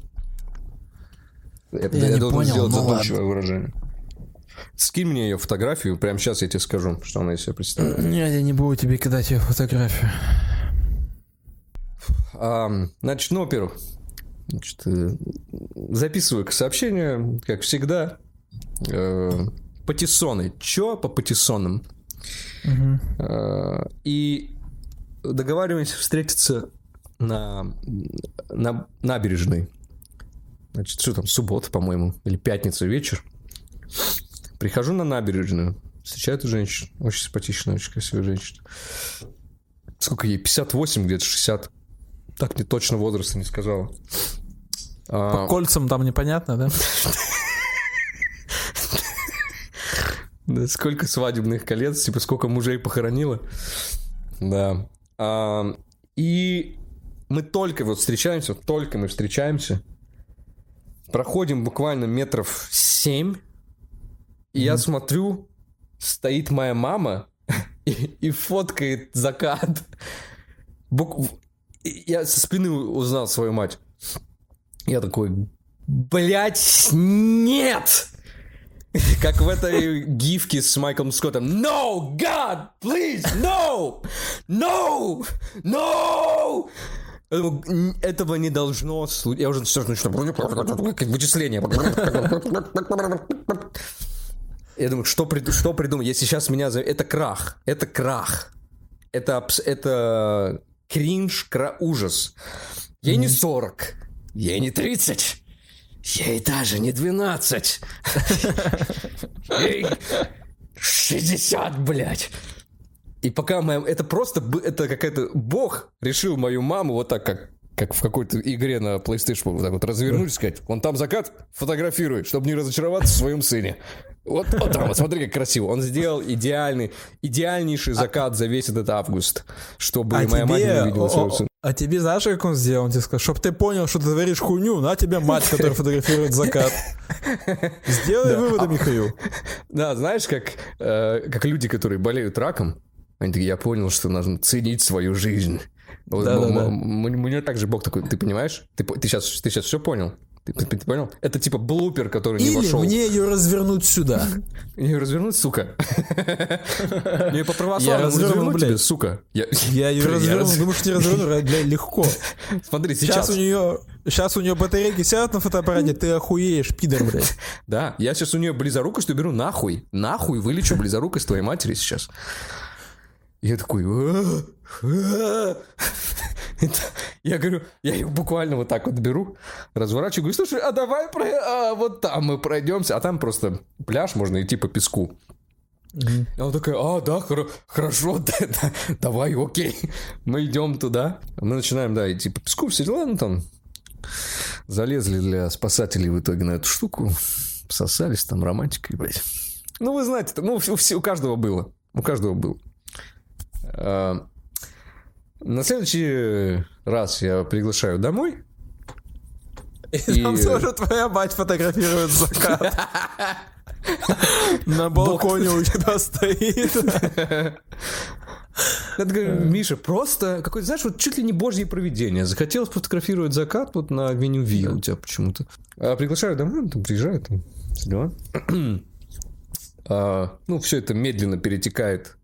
Speaker 1: Я должен сделать задумчивое выражение. Скинь мне ее фотографию, прямо сейчас я тебе скажу, что она из себя представляет.
Speaker 2: Нет, я не буду тебе кидать ее фотографию.
Speaker 1: Значит, ну, во-первых, записываю сообщение, как всегда. Патиссоны. Чё по патиссонам? И договариваемся встретиться на набережной. Значит, что там, суббота, по-моему, или пятница вечер. Прихожу на набережную, встречаю эту женщину. Очень симпатичная, очень красивая женщина. Сколько ей? 58, где-то 60. Так не точно возраста не сказала.
Speaker 2: По кольцам там непонятно, да?
Speaker 1: Да, сколько свадебных колец, типа сколько мужей похоронила. Да. И мы только вот встречаемся, проходим буквально метров 7, и я смотрю, стоит моя мама и фоткает закат. Я со спины узнал свою мать. Я такой, блять, нет! Как в этой гифке с Майклом Скоттом. No, God, please, no! No! No! Этого не должно случиться. Я уже все начну. Как вычисление. Я думаю, что придумать? Если сейчас меня зовут... Это крах. Это кринж, ужас. Ей не 40. Ей не 30. Ей даже не 12. Ей 60, блядь. И пока это какая-то... Бог решил мою маму вот так, как как в какой-то игре на PlayStation, вот так вот развернуть и сказать, вон там закат, фотографируй, чтобы не разочароваться в своем сыне. Вот там, вот смотри, как красиво. Он сделал идеальнейший закат за весь этот август, чтобы моя мать не увидела своего сына.
Speaker 2: А тебе знаешь, как он сделал? Он тебе сказал, чтобы ты понял, что ты творишь хуйню, на тебе мать, которая фотографирует закат. Сделай выводы, Михаил.
Speaker 1: Да, знаешь, как люди, которые болеют раком, они такие, я понял, что нужно ценить свою жизнь. Мне также Бог такой, ты понимаешь? Ты сейчас все понял? Ты понял? Это типа блупер, который не вошел.
Speaker 2: Или мне ее развернуть сюда.
Speaker 1: Ее развернуть, сука? Мне по православному развернуть тебе, сука?
Speaker 2: Я ее разверну, думаю, что не разверну, легко.
Speaker 1: Смотри, сейчас
Speaker 2: у нее батарейки сядут на фотоаппарате, ты охуеешь, пидор, блядь.
Speaker 1: Да, я сейчас у нее близорукость уберу нахуй. Нахуй вылечу близорукость твоей матери сейчас. Я такой... Я говорю, я ее буквально вот так вот беру, разворачиваю, говорю, слушай, а давай вот там мы пройдемся. А там просто пляж, можно идти по песку. И она такая, да, хорошо, давай, окей. Мы идем туда. Мы начинаем, идти по песку, все дела, ну там залезли для спасателей в итоге на эту штуку. Пососались там романтикой, блядь. Ну, вы знаете, у каждого было. У каждого было. На следующий раз я приглашаю домой.
Speaker 2: И там тоже твоя мать фотографирует закат. На балконе у тебя стоит.
Speaker 1: Я говорю, Миша, просто какое-то, знаешь, вот чуть ли не божье провидение. Захотелось фотографировать закат вот на Авеню Ви у тебя почему-то. Приглашаю домой, он там приезжает, там все дела. Все это медленно перетекает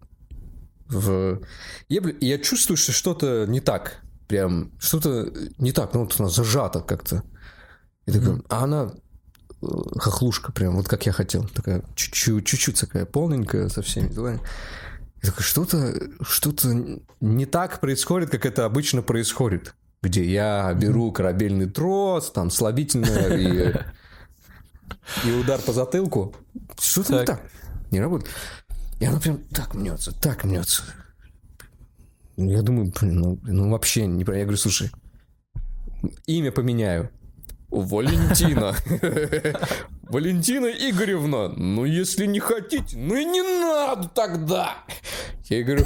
Speaker 1: я чувствую, что что-то не так. Прям что-то не так. Ну, вот она зажата как-то. И такой, а она хохлушка прям, вот как я хотел. Такая чуть-чуть такая полненькая со всеми делами. И такой, что-то не так происходит, как это обычно происходит. Где я беру корабельный трос, там слабительное и удар по затылку. Что-то не так. Не работает. И она прям так мнется. Я думаю, вообще не... Я говорю, слушай, имя поменяю. Валентина. Валентина Игоревна, если не хотите, и не надо тогда. Я говорю...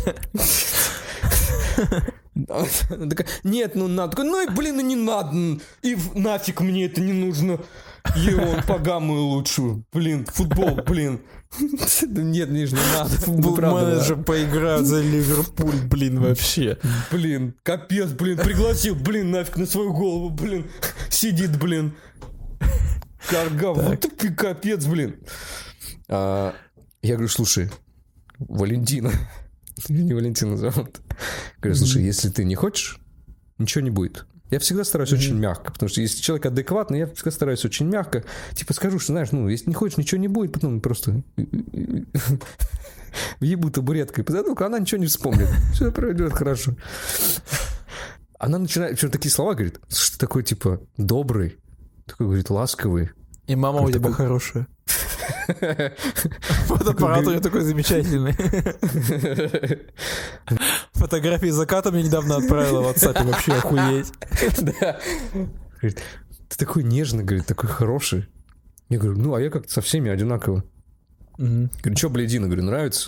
Speaker 1: Она такая, нет, надо. Такая, и не надо. И нафиг мне это не нужно. Вон, погамую лучшую. Футбол. Нет, не надо.
Speaker 2: Футбол-менеджер поиграть за Ливерпуль, вообще.
Speaker 1: Капец, пригласил, нафиг на свою голову, сидит, Карга, вот ты капец, Я говорю, слушай, Валентина. Не Валентина зовут. Говорю, слушай, если ты не хочешь, ничего не будет. Я всегда стараюсь очень мягко, потому что если человек адекватный, я всегда стараюсь очень мягко. Типа скажу, что, знаешь, если не хочешь, ничего не будет, потом просто въебу табуреткой по затылку, она ничего не вспомнит. Все пройдет хорошо. Она начинает, причем такие слова говорит, что ты такой, типа, добрый, такой, говорит, ласковый.
Speaker 2: И мама у тебя хорошая. Фотоаппарат у нее такой замечательный. Фотографии заката мне недавно отправила в WhatsApp, вообще охуеть.
Speaker 1: Да. Говорит, ты такой нежный, говорит, такой хороший. Я говорю, а я как-то со всеми одинаково. Говорю, что, блядина, говорю, нравится?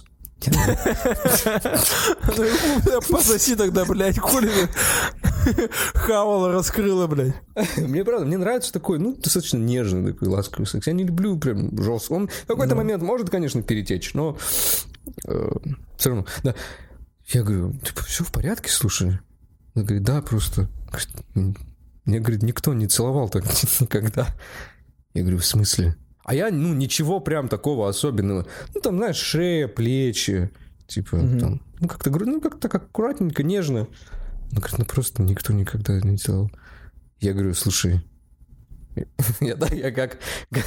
Speaker 2: Пососи тогда, блядь, хули хавала, раскрыла, блядь.
Speaker 1: Мне правда, мне нравится такой, достаточно нежный такой ласковый секс. Я не люблю прям жестко. Он в какой-то момент может, конечно, перетечь, но все равно, да. Я говорю, типа, все в порядке, слушай? Она говорит, да, просто. Мне, говорит, никто не целовал так никогда. Я говорю, в смысле? А я, ничего прям такого особенного. Там, знаешь, шея, плечи. Типа, там, как-то, говорю, как-то так аккуратненько, нежно. Она говорит, просто никто никогда не делал. Я говорю, слушай, я как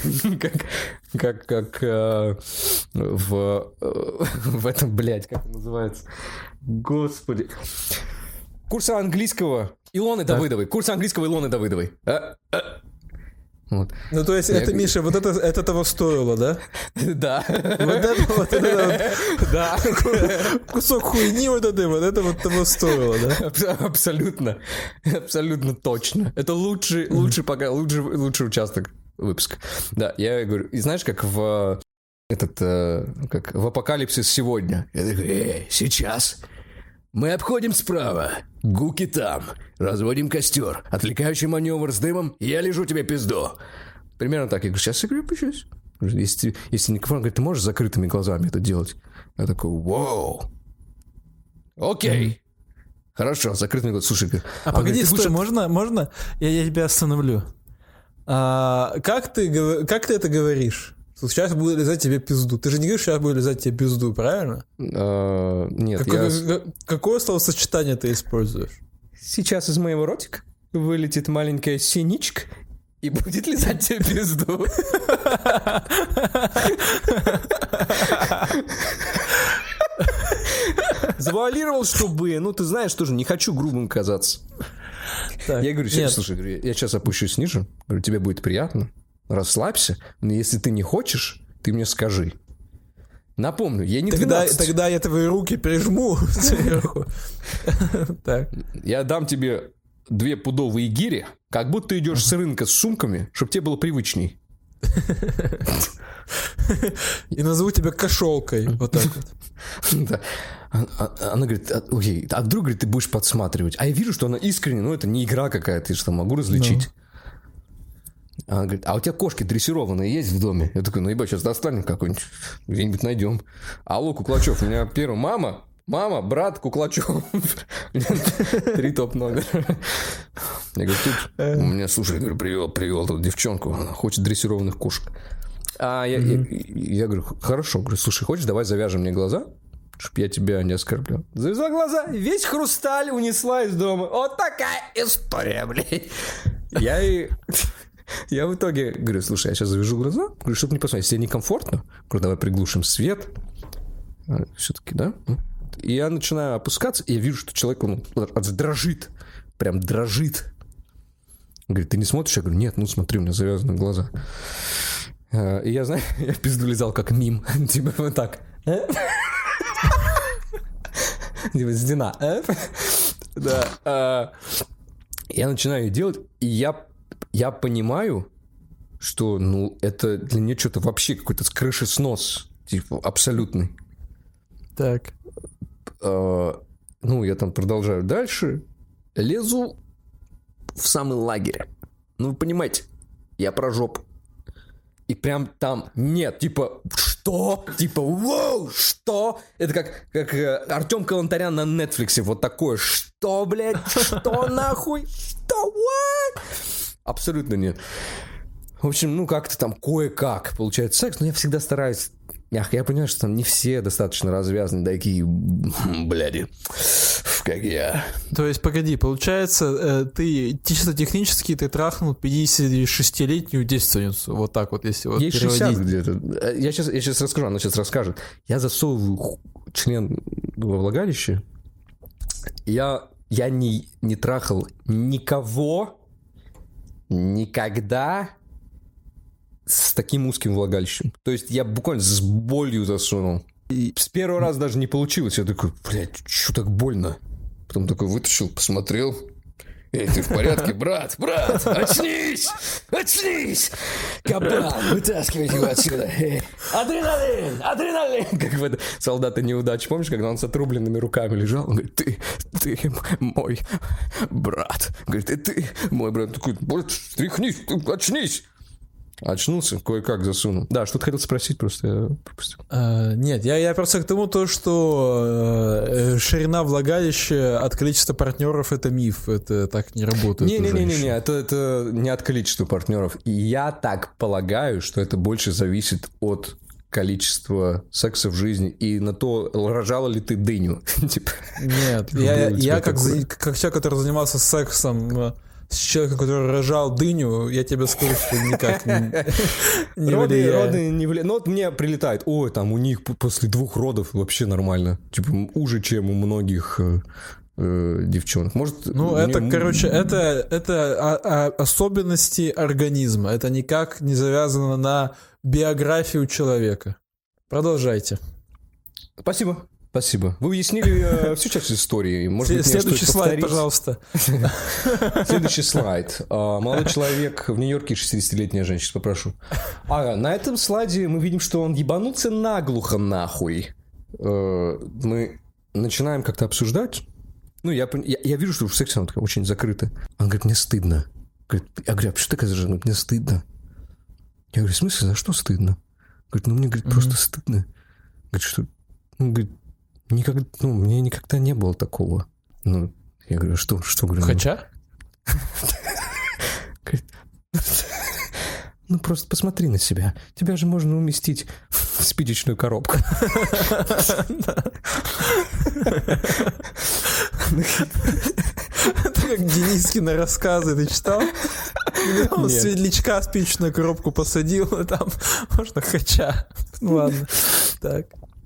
Speaker 1: в этом, блядь, как это называется? Господи. Курсы английского Илоны Давыдовой. Курсы английского Илоны Давыдовой. Вот.
Speaker 2: Ну, то есть, это, Миша, вот это того стоило, да?
Speaker 1: Да.
Speaker 2: Вот это да. Кусок хуйни вот это вот того стоило, да?
Speaker 1: Абсолютно. Абсолютно точно. Это лучший участок выпуска. Да, я говорю, и знаешь, как в «Апокалипсис сегодня». Я такой, сейчас мы обходим справа, Гуки там, разводим костер, отвлекающий маневр с дымом, я лежу тебе пизду. Примерно так. Я говорю, сейчас я крепчусь. Если Никифоров говорит, ты можешь с закрытыми глазами это делать? Я такой, вау. Окей. Хорошо, с закрытыми глазами. Слушай,
Speaker 2: погоди, стой, можно? Я тебя остановлю. Как ты это говоришь? Сейчас будет лизать тебе пизду. Ты же не говоришь, сейчас будет лизать тебе пизду, правильно?
Speaker 1: Нет.
Speaker 2: Какое словосочетание ты используешь?
Speaker 1: Сейчас из моего ротика вылетит маленькая синичка и будет лизать тебе пизду. Завуалировал, чтобы... Ну, ты знаешь, тоже не хочу грубым казаться. Так, я говорю, слушай, я сейчас опущусь ниже. Говорю, тебе будет приятно. Расслабься, но если ты не хочешь, ты мне скажи. Напомню, я не 12.
Speaker 2: Тогда я твои руки прижму сверху.
Speaker 1: Я дам тебе 2 пудовые гири, как будто идешь с рынка с сумками, чтобы тебе было привычней.
Speaker 2: И назову тебя кошелкой. Вот так вот.
Speaker 1: Она говорит, а вдруг, говорит, ты будешь подсматривать? А я вижу, что она искренне, это не игра какая-то, я что, могу различить. Она говорит, а у тебя кошки дрессированные есть в доме? Я такой, ебать, сейчас достанем какой-нибудь, где-нибудь найдем. Алло, Куклачев, у меня первый, мама, брат Куклачев. 3 топ-номера. Я говорю, тут у меня, слушай, привел тут девчонку, она хочет дрессированных кошек. Я говорю, хорошо, слушай, хочешь, давай завяжем мне глаза, чтобы я тебя не оскорблял. Завязала глаза, весь хрусталь унесла из дома. Вот такая история, блядь. Я в итоге говорю, слушай, я сейчас завяжу глаза, говорю, чтобы не посмотреть, если тебе некомфортно, говорю, давай приглушим свет. Все-таки, да? И я начинаю опускаться, и я вижу, что человек, он дрожит, прям дрожит. Говорит, ты не смотришь? Я говорю, нет, смотри, у меня завязаны глаза. И я, знаю, я в пизду лизал как мим, типа вот так. Типа стена. Да. Я начинаю делать, и я понимаю, что, это для нее что-то вообще какой-то крышеснос, типа, абсолютный.
Speaker 2: Так.
Speaker 1: Я там продолжаю дальше, лезу в самый лагерь. Вы понимаете, я про жопу. И прям там нет, типа, что? Типа, вау, что? Это как Артем Калантарян на Netflix, вот такое, что, блядь, что нахуй? Что, what? Абсолютно нет. В общем, как-то там кое-как получается секс, но я всегда стараюсь... Я понимаю, что там не все достаточно развязаны, такие, бляди, как я.
Speaker 2: То есть, погоди, получается, ты чисто технически ты трахнул 56-летнюю девственницу, вот так вот, если вот
Speaker 1: ей
Speaker 2: переводить.
Speaker 1: 60 где-то. Я сейчас расскажу, она сейчас расскажет. Я засовываю член во влагалище, я не трахал никого никогда с таким узким влагалищем. То есть я буквально с болью засунул. И с первого раза даже не получилось. Я такой, блядь, что так больно? Потом такой вытащил, посмотрел. Эй, ты в порядке, брат? Очнись! Капрал, вытаскивайте его отсюда. Адреналин! Как в «Солдаты неудачи». Помнишь, когда он с отрубленными руками лежал? Он говорит, ты мой брат. Говорит, и ты мой брат. Такой, блядь, стряхнись, очнись. Очнулся, кое-как засунул. Да, что-то хотел спросить, просто я пропустил.
Speaker 2: Нет, я просто к тому, что ширина влагалища от количества партнеров — это миф, это так не работает.
Speaker 1: Не, это не от количества партнеров. И я так полагаю, что это больше зависит от количества секса в жизни и на то, рожала ли ты дыню.
Speaker 2: Нет, я как человек, который занимался сексом с человеком, который рожал дыню, я тебе скажу, что никак не влияет.
Speaker 1: Роды не влияют. Вот мне прилетает, там у них после 2 родов вообще нормально. Типа уже, чем у многих девчонок. Может,
Speaker 2: это, это особенности организма. Это никак не завязано на биографию человека. Продолжайте.
Speaker 1: Спасибо. Вы уяснили всю часть истории. Может быть,
Speaker 2: следующий слайд, пожалуйста.
Speaker 1: Следующий слайд. Молодой человек в Нью-Йорке, 60-летняя женщина, попрошу. На этом слайде мы видим, что он ебанулся наглухо нахуй. Мы начинаем как-то обсуждать. Я вижу, что в сексе она такая очень закрытая. Он говорит, мне стыдно. Я говорю, а почему такая же? Мне стыдно. Я говорю, в смысле, за что стыдно? Говорит, мне, говорит, просто стыдно. Говорит, что... говорит, мне никогда не было такого. Я говорю, что говорю?
Speaker 2: Хотя?
Speaker 1: Говорит, просто посмотри на себя. Тебя же можно уместить в спичечную коробку.
Speaker 2: Это как Денискины рассказы, ты читал? Светлячка в спичечную коробку посадил, и там можно хотя. Ладно. Так.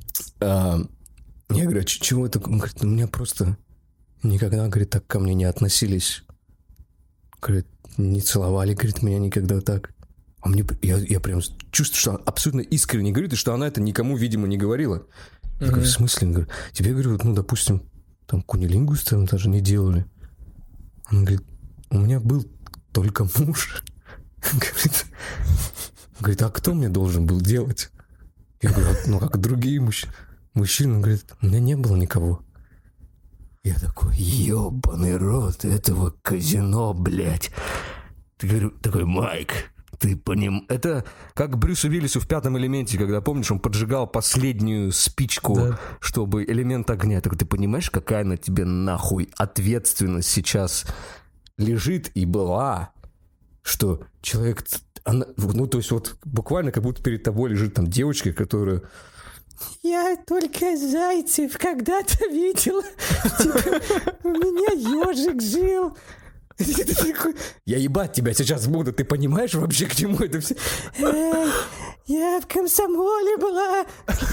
Speaker 1: Я говорю, чего это? Он говорит, у меня просто никогда, говорит, так ко мне не относились. Говорит, не целовали, говорит, меня никогда так. А мне, я прям чувствую, что она абсолютно искренне говорит, и что она это никому, видимо, не говорила. Я говорю, в смысле? Я говорю, тебе, говорю, допустим, там кунилингус там даже не делали. Он говорит, у меня был только муж. Говорит, а кто мне должен был делать? Я говорю, как другие мужчины. Мужчина говорит, у меня не было никого. Я такой, ебаный рот этого казино, блядь. Ты говорю, такой, Майк, ты понимаешь? Это как Брюсу Уиллису в «Пятом элементе», когда, помнишь, он поджигал последнюю спичку, чтобы элемент огня. Так ты понимаешь, какая на тебе нахуй ответственность сейчас лежит и была, что человек... то есть вот буквально как будто перед тобой лежит там девочка, которая... Я только зайцев когда-то видела. У меня ежик жил. Я ебать тебя сейчас буду. Ты понимаешь вообще, к чему это все? Я в комсомоле была.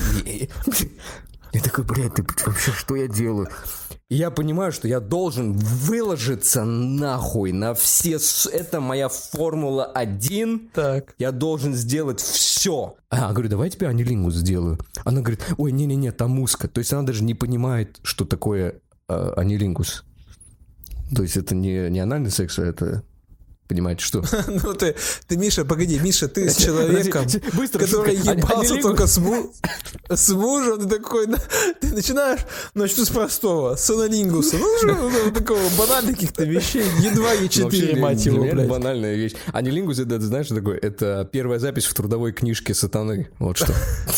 Speaker 1: Я такой, блядь, ты вообще что я делаю? И я понимаю, что я должен выложиться нахуй на все... Это моя формула 1.
Speaker 2: Так.
Speaker 1: Я должен сделать все. Говорю, давай я тебе анилингус сделаю. Она говорит, ой, не-не-не, там узко. То есть она даже не понимает, что такое анилингус. То есть это не анальный секс, а это... Понимаете, что?
Speaker 2: Ты, Миша, погоди, Миша, ты с человеком, который ебался только с мужем, ты такой, ты начинаешь, начну с простого, с анилингуса, такого банальных каких-то вещей, едва Е4, мать его, блядь.
Speaker 1: Банальная вещь. Анилингус, это, знаешь, что такое? Это первая запись в трудовой книжке сатаны, вот что.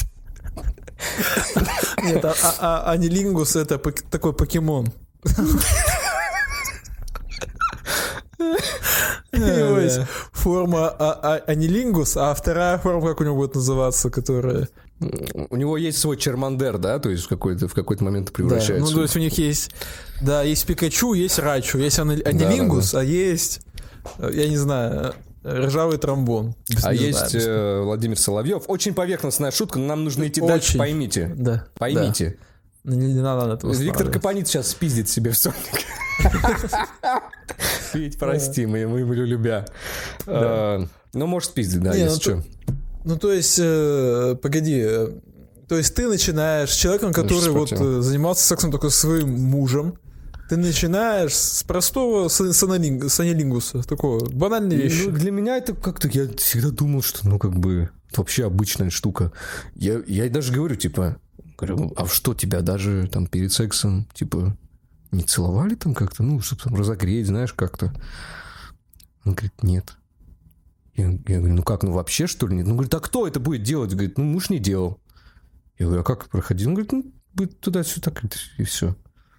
Speaker 2: Нет, анилингус это такой покемон. Форма анилингус, а вторая форма, как у него будет называться, которая...
Speaker 1: У него есть свой Чермандер, да? То есть в какой-то момент превращается.
Speaker 2: То есть у них есть... Да, есть Пикачу, есть Рачу, есть анилингус, а есть... Я не знаю... Ржавый тромбон.
Speaker 1: Есть Владимир Соловьев. Очень поверхностная шутка, но нам нужно идти дальше, поймите.
Speaker 2: Да.
Speaker 1: Поймите.
Speaker 2: Да. Не надо на этого
Speaker 1: Виктор Капонит сейчас спиздит себе в сольник. Ведь прости, мы его любя. Ну, может, спиздить, да, если что.
Speaker 2: То есть, погоди. То есть ты начинаешь с человеком, который вот занимался сексом только со своим мужем. Ты начинаешь с простого с анилингуса, такого банальной вещи.
Speaker 1: Для меня это как-то, я всегда думал, что, вообще обычная штука. Я даже говорю, говорю, а что тебя даже там перед сексом, не целовали там как-то, чтобы там разогреть, знаешь, как-то? Он говорит, нет. Я говорю, вообще, что ли, нет? Он говорит, а кто это будет делать? Говорит, муж не делал. Я говорю, а как проходить? Он говорит, будет туда-сюда, и все.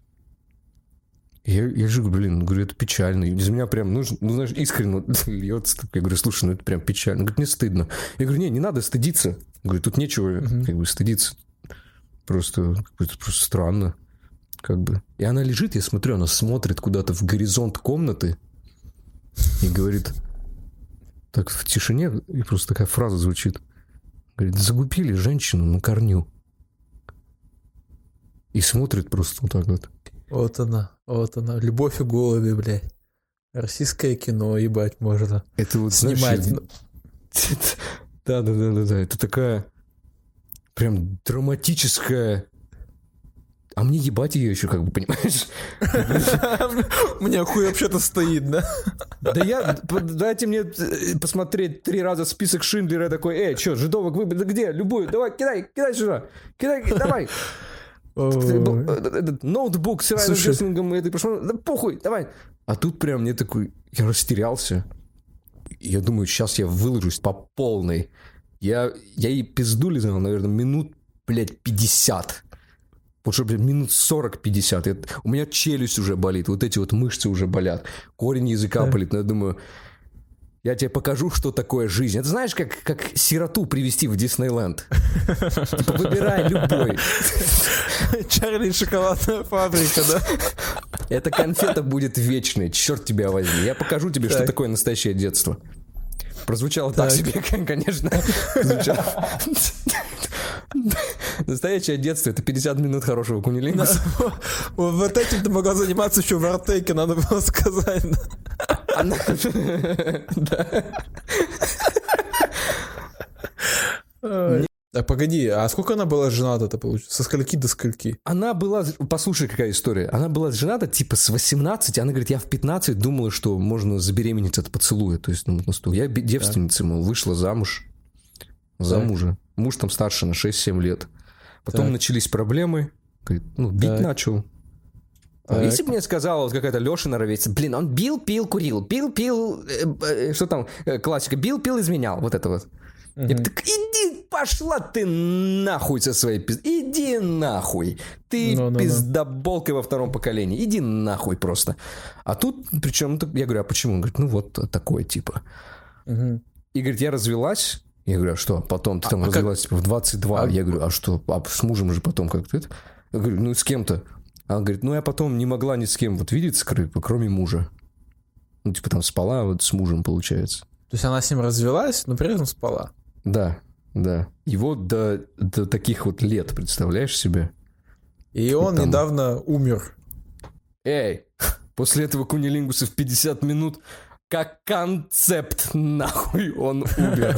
Speaker 1: Я же говорю, это печально. И из меня прям, знаешь, искренне льется. Я говорю, слушай, это прям печально. Он говорит, мне стыдно. Я говорю, не надо стыдиться. Я говорю, тут нечего стыдиться. Просто странно. И она лежит, я смотрю, она смотрит куда-то в горизонт комнаты и говорит, так в тишине, и просто такая фраза звучит. Говорит, загубили женщину на корню. И смотрит просто вот так вот.
Speaker 2: Вот она. Любовь и голуби, блядь. Российское кино, ебать, можно
Speaker 1: это вот,
Speaker 2: снимать.
Speaker 1: Да. Это такая прям драматическая... А мне ебать ее еще, как бы, понимаешь?
Speaker 2: У меня хуй вообще-то стоит, да?
Speaker 1: Да дайте мне посмотреть 3 раза список Шиндлера, такой, что, жидовок выбрали, где? Любую, давай, кидай сюда, кидай, давай. Этот ноутбук с Райаном Гослингом, да похуй, давай. А тут прям мне такой, я растерялся. Я думаю, сейчас я выложусь по полной. Я ей пизду лизал, наверное, минут, блядь, 50. Вот что, блядь, минут 40-50. У меня челюсть уже болит, вот эти вот мышцы уже болят. Корень языка болит. Но я думаю, я тебе покажу, что такое жизнь. Это знаешь, как сироту привезти в Диснейленд. Типа, выбирай любой.
Speaker 2: Чарли и шоколадная фабрика, да?
Speaker 1: Эта конфета будет вечной, черт тебя возьми. Я покажу тебе, что такое настоящее детство. Прозвучало так себе, конечно. Настоящее детство — это 50 минут хорошего кунилингуса.
Speaker 2: Вот этим ты могла заниматься еще в Артеке, надо было сказать. А погоди, а сколько она была жената-то, получается? Со скольки до скольки?
Speaker 1: Она была, послушай, какая история. Она была жената типа с 18, она говорит, я в 15 думала, что можно забеременеть от поцелуя. То есть, я девственница, мол, вышла замуж за мужа. Муж там старше на 6-7 лет. Потом начались проблемы. Говорит, бить начал. Если бы мне сказала вот какая-то Лешина ровесница, блин, он бил, пил, курил, пил, что там, классика, бил, пил, изменял, вот это вот. Я бы так, иди, пошла ты нахуй со своей иди нахуй. Ты пиздоболка во втором поколении. Иди нахуй просто. А тут, причем, я говорю, а почему? Он говорит, вот такое типа. И говорит, я развелась. Я говорю, а что? Потом ты там развелась типа в 22. Я говорю, а что? А с мужем же потом как-то это? Я говорю, с кем-то. А он говорит, я потом не могла ни с кем вот видеться, кроме мужа. Типа там спала вот с мужем, получается.
Speaker 2: То есть она с ним развелась, но при этом спала?
Speaker 1: Да. Его до таких вот лет, представляешь себе?
Speaker 2: И он там... недавно умер.
Speaker 1: Эй, после этого кунилингуса в 50 минут как концепт, нахуй, он умер.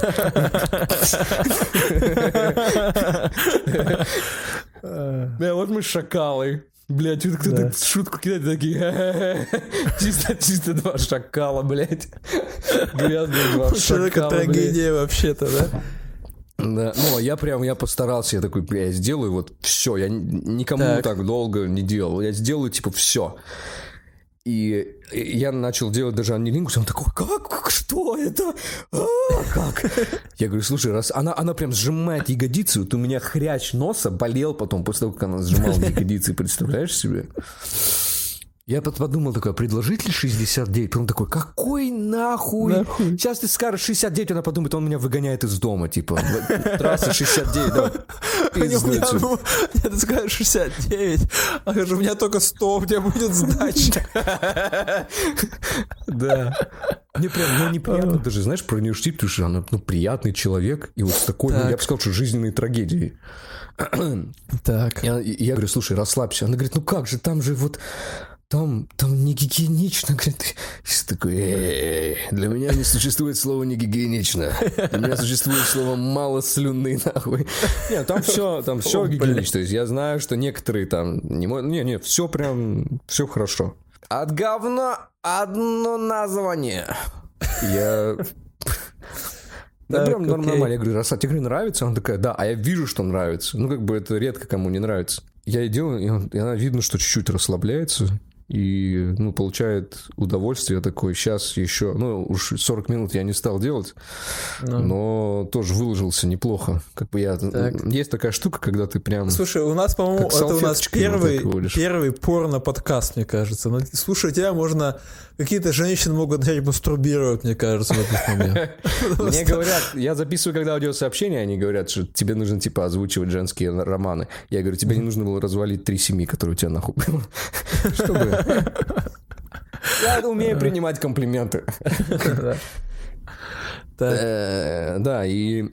Speaker 1: Да, вот мы шакалы. Блядь, вот кто-то шутку кидает, такие, чисто 2 шакала, блядь. Грязные 2 шакала,
Speaker 2: человека трагедия вообще-то, да?
Speaker 1: Да, я постарался, я такой, я сделаю вот все, я никому так долго не делал, я сделаю типа все. И я начал делать даже аннилингус, он такой, как, что это, как? Я говорю, слушай, раз она прям сжимает ягодицы, вот у меня хрящ носа болел потом, после того, как она сжимала ягодицы, представляешь себе? Я подумал такой, предложить ли 69? Потом такой, какой нахуй? Сейчас ты скажешь 69, она подумает, он меня выгоняет из дома, типа. Трасса 69, да.
Speaker 2: Нет, ты скажешь 69, а у меня только 100, у тебя будет сдача.
Speaker 1: Да. Мне прям неприятно даже, знаешь, про нее штить, потому что она приятный человек, и вот с такой, я бы сказал, что жизненной трагедией.
Speaker 2: Так.
Speaker 1: Я говорю, слушай, расслабься. Она говорит, как же, там же вот... Там не гигиенично, говорит. Такой, для меня не существует слова не гигиенично. Для меня существует слово мало слюны, нахуй. Нет, там все гигиенично. То есть я знаю, что некоторые там не, все прям, все хорошо. От говна одно название. Я... Да, прям нормально. Я говорю, Раса, тебе нравится? Она такая, да, а я вижу, что нравится. Это редко кому не нравится. Я ей делаю, и она видно, что чуть-чуть расслабляется. И, получает удовольствие такое. Сейчас еще, уж 40 минут я не стал делать, но тоже выложился неплохо. Есть такая штука, когда ты прям...
Speaker 2: Слушай, у нас, по-моему, это у нас первый порно-подкаст, мне кажется. Слушай, тебя можно... Какие-то женщины могут начать мастурбировать, мне кажется, в этот момент.
Speaker 1: Мне говорят, я записываю, когда аудиосообщения, они говорят, что тебе нужно, типа, озвучивать женские романы. Я говорю, тебе не нужно было развалить 3 семьи, которые у тебя нахуй было. Чтобы... Я умею принимать комплименты. Да, и...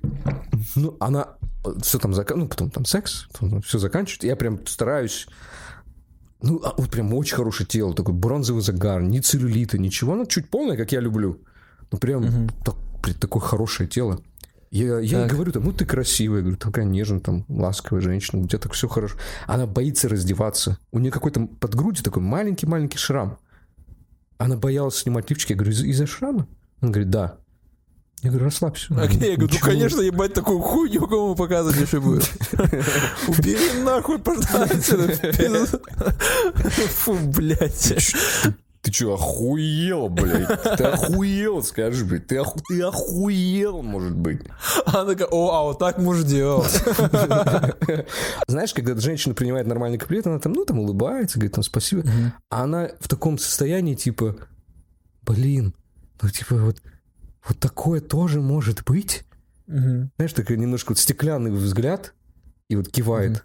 Speaker 1: она... Все там потом там секс, все заканчивает. Я прям стараюсь... Ну, вот прям очень хорошее тело, такой бронзовый загар, ни целлюлита, ничего. Она чуть полная, как я люблю. Ну, прям такое хорошее тело. Я ей говорю, там, ну, ты красивая. Я говорю, такая нежная, там, ласковая женщина. У тебя так все хорошо. Она боится раздеваться. У нее какой-то под грудью такой маленький-маленький шрам. Она боялась снимать лифчики. Я говорю, из-за шрама? Она говорит, да. Я говорю, расслабься.
Speaker 2: Я говорю, ну, конечно, ебать, такую хуйню кому показывать еще будет. Убери нахуй, пожалуйста. Фу, блядь.
Speaker 1: Ты что, охуел, блядь? Ты охуел, скажи, блядь. Ты охуел, может быть.
Speaker 2: Она такая, а вот так муж делал.
Speaker 1: Знаешь, когда женщина принимает нормальный комплимент, она там, улыбается, говорит, там, спасибо. А она в таком состоянии, типа, блин, ну, типа, вот такое тоже может быть. Знаешь, такой немножко вот стеклянный взгляд и вот кивает.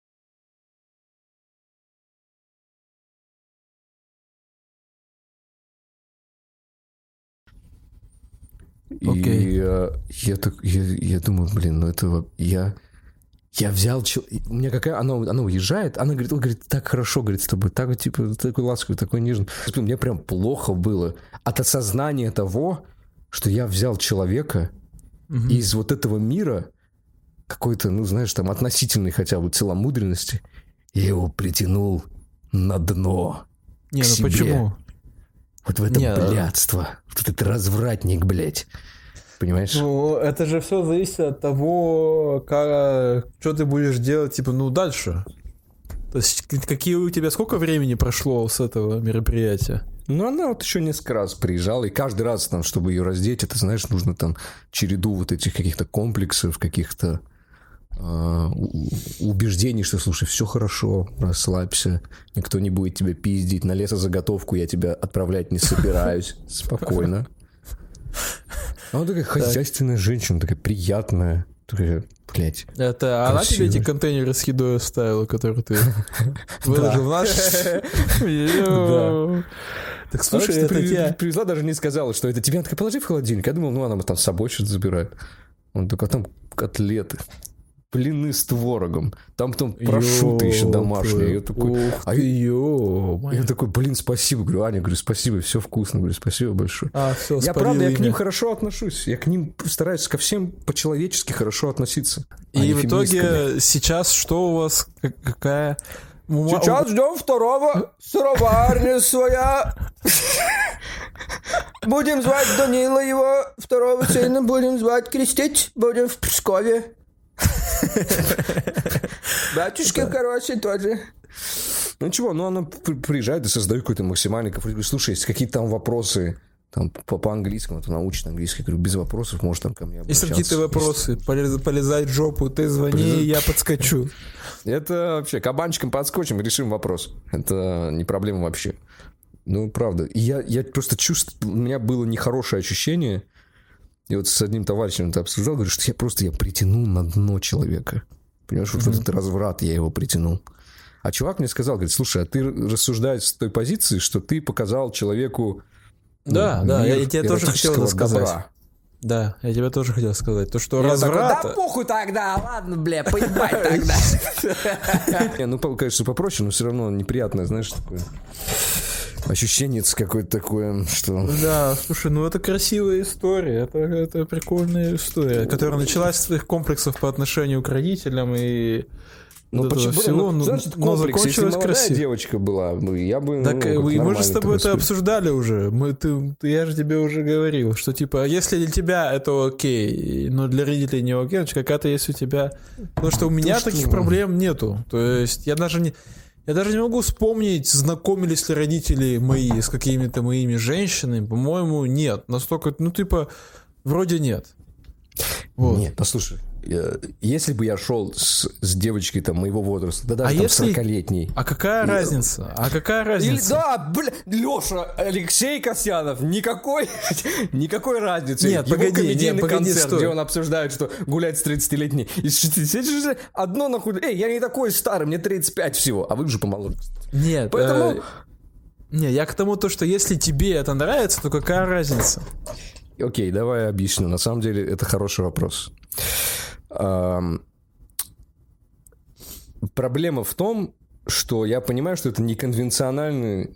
Speaker 1: И я думаю, блин, ну это я взял... У меня она уезжает, она говорит, так хорошо, говорит, с тобой, так, типа, такой ласковый, такой нежный. Мне прям плохо было от осознания того, что я взял человека из вот этого мира, какой-то, ну, знаешь, там, относительной хотя бы целомудренности, и его притянул на дно к себе.
Speaker 2: Почему?
Speaker 1: Вот в это блядство. Вот этот развратник, блядь. Понимаешь?
Speaker 2: Ну, это же все зависит от того, что ты будешь делать, типа, ну, дальше. То есть, какие у тебя, сколько времени прошло с этого мероприятия?
Speaker 1: Ну, она вот еще несколько раз приезжала, и каждый раз, там, чтобы ее раздеть, это, знаешь, нужно там череду вот этих каких-то комплексов, каких-то убеждений, что, слушай, все хорошо, расслабься, никто не будет тебя пиздить, на лесозаготовку я тебя отправлять не собираюсь, спокойно. Она такая хозяйственная женщина, такая приятная, такая, блядь.
Speaker 2: Это она тебе эти контейнеры с едой оставила, которые ты выложил в наш? Так слушай, это тебя...
Speaker 1: Привезла, даже не сказала, что это тебе. Она такая, положи в холодильник. Я думал, ну она там с собой что-то забирает. Он такой, а там котлеты. Блины с творогом. Там потом прошутто еще домашние. Я такой, я такой, блин, спасибо. Говорю, Аня, спасибо, все вкусно. Говорю, спасибо большое. Я правда, я к ним хорошо отношусь. Я к ним стараюсь ко всем по-человечески хорошо относиться.
Speaker 2: И в итоге сейчас что у вас, какая...
Speaker 1: Сейчас ждем второго сыроварня своя. Будем звать Данила его, второго сына будем звать крестить. Будем в Пскове. Батюшка, короче, тоже. Ну чего, она приезжает и создает какой-то максимальный конфликт. Слушай, есть какие-то там вопросы там по-английскому, то научит английский. Я говорю, без вопросов, может там ко мне обращаться.
Speaker 2: Если какие-то вопросы, полезать в жопу, ты звони, я подскочу.
Speaker 1: Это вообще, кабанчиком подскочим и решим вопрос. Это не проблема вообще. Ну, правда. И я просто чувствую, у меня было нехорошее ощущение. И вот с одним товарищем это обсуждал, говорю, что я притянул на дно человека. Понимаешь, вот этот разврат, я его притянул. А чувак мне сказал, говорит, слушай, а ты рассуждаешь с той позиции, что ты показал человеку
Speaker 2: да, я тебе тоже хотел сказать.
Speaker 1: Добра.
Speaker 2: Да, я тебе тоже хотел сказать. То, что разврат...
Speaker 1: Да похуй тогда, ладно, бля, поебать тогда. Ну, конечно, попроще, но все равно неприятное, знаешь, такое... Ощущение какое-то такое, что...
Speaker 2: Да, слушай, ну это красивая история, это прикольная история, которая началась с твоих комплексов по отношению к родителям и...
Speaker 1: Ну, почему? Всего, но закончилась красиво. Девочка была, я бы...
Speaker 2: Так мы же с тобой это обсуждали уже. Я же тебе уже говорил, что типа, если для тебя это окей, но для родителей не окей, значит какая-то есть у тебя... Потому что у меня таких проблем нету. То есть я даже не могу вспомнить, знакомились ли родители мои с какими-то моими женщинами. По-моему, нет. Настолько, вроде нет.
Speaker 1: Вот. Нет, послушай. Если бы я шел с девочкой там моего возраста, да даже там 40-летней.
Speaker 2: А какая разница?
Speaker 1: Да, Леша, Алексей Касьянов, никакой разницы.
Speaker 2: Нет,
Speaker 1: его
Speaker 2: комедийный
Speaker 1: концерт,
Speaker 2: стой.
Speaker 1: где он обсуждает, что гулять с 30-летней. Одно нахуй. Я не такой старый, мне 35 всего, а вы уже помоложе.
Speaker 2: Нет,
Speaker 1: поэтому...
Speaker 2: я к тому, что если тебе это нравится, то какая разница?
Speaker 1: Окей, давай я объясню. На самом деле, это хороший вопрос. Проблема в том, что я понимаю, что это неконвенциональный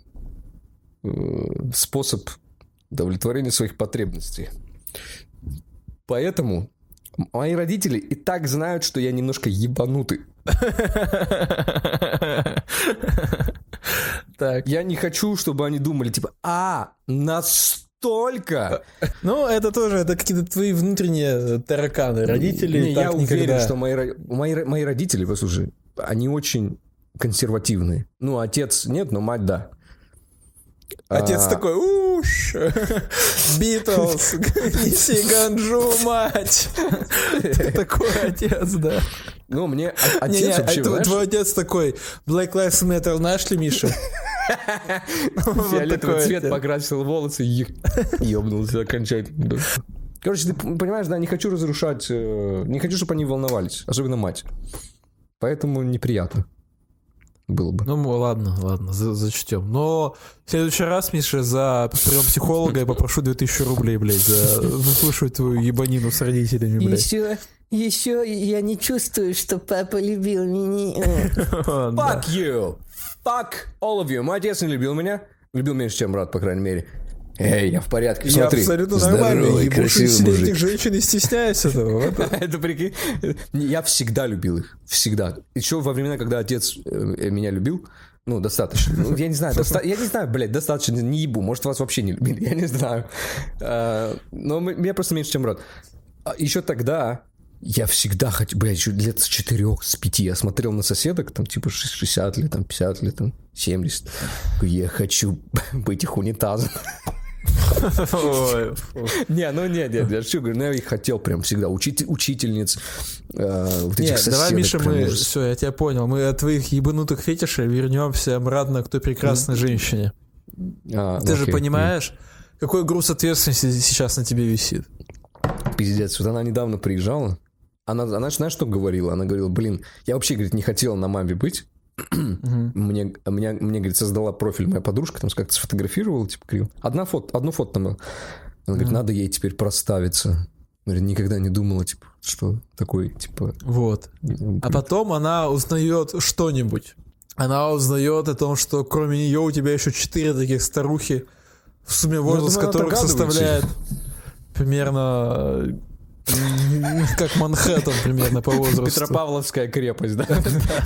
Speaker 1: способ удовлетворения своих потребностей. Поэтому мои родители и так знают, что я немножко ебанутый. Так. Я не хочу, чтобы они думали, типа, настолько.
Speaker 2: Ну, это тоже, это какие-то твои внутренние тараканы. Родители
Speaker 1: не,
Speaker 2: так
Speaker 1: я
Speaker 2: никогда...
Speaker 1: уверен, что мои родители, послушай, они очень консервативные. Ну, отец нет, но мать да.
Speaker 2: Отец такой, Битлз, неси ганджу, мать. Такой отец, да.
Speaker 1: Ну, мне отец вообще,
Speaker 2: твой отец такой, Black Lives Matter, знаешь ли, Миша?
Speaker 1: Фиолетовый цвет покрасил волосы и ёбнулся окончательно. Короче, ты понимаешь, да, не хочу разрушать, не хочу, чтобы они волновались, особенно мать. Поэтому неприятно было бы.
Speaker 2: Ну, ладно, зачтем. Но в следующий раз, Миша, за прием психолога я попрошу 2000 рублей, блядь, за выслушивать твою ебанину с родителями, блядь.
Speaker 3: Еще я не чувствую, что папа любил меня.
Speaker 1: Fuck you! Fuck all of you! Мой отец не любил меня. Любил меньше, чем брат, по крайней мере. Эй, я в порядке, смотри.
Speaker 2: Я абсолютно нормальный, ебу 60-летних женщин и стесняюсь этого.
Speaker 1: Это прикинь. Я всегда любил их. Всегда. Еще во времена, когда отец меня любил, ну, достаточно. Ну, я не знаю, блядь, достаточно, не ебу. Может, вас вообще не любили, я не знаю. Но меня просто меньше, чем брат. Еще тогда я всегда хотел, блядь, еще лет с 4, с 5 я смотрел на соседок, там, типа, 60 лет, там, 50 лет, там, 70. Я хочу быть их унитазом. Нет, я что говорю, я их хотел прям всегда, учительниц, вот этих соседок.
Speaker 2: Давай, Миша, все, я тебя понял, мы от твоих ебанутых фетишей вернемся обратно к той прекрасной женщине. Ты же понимаешь, какой груз ответственности сейчас на тебе висит?
Speaker 1: Пиздец, вот она недавно приезжала, она знаешь, что говорила? Она говорила, блин, я вообще, говорит, не хотела на маме быть. Мне, говорит, создала профиль моя подружка, там как-то сфотографировала, типа, говорил, одну фото там была. Она говорит, надо ей теперь проставиться. Говорит, никогда не думала, типа, что такой, типа...
Speaker 2: Вот. А потом она узнает что-нибудь. Она узнает о том, что кроме нее у тебя еще 4 таких старухи, в сумме возраст которых составляет примерно... Как Манхэттен примерно по возрасту.
Speaker 1: Петропавловская крепость, да?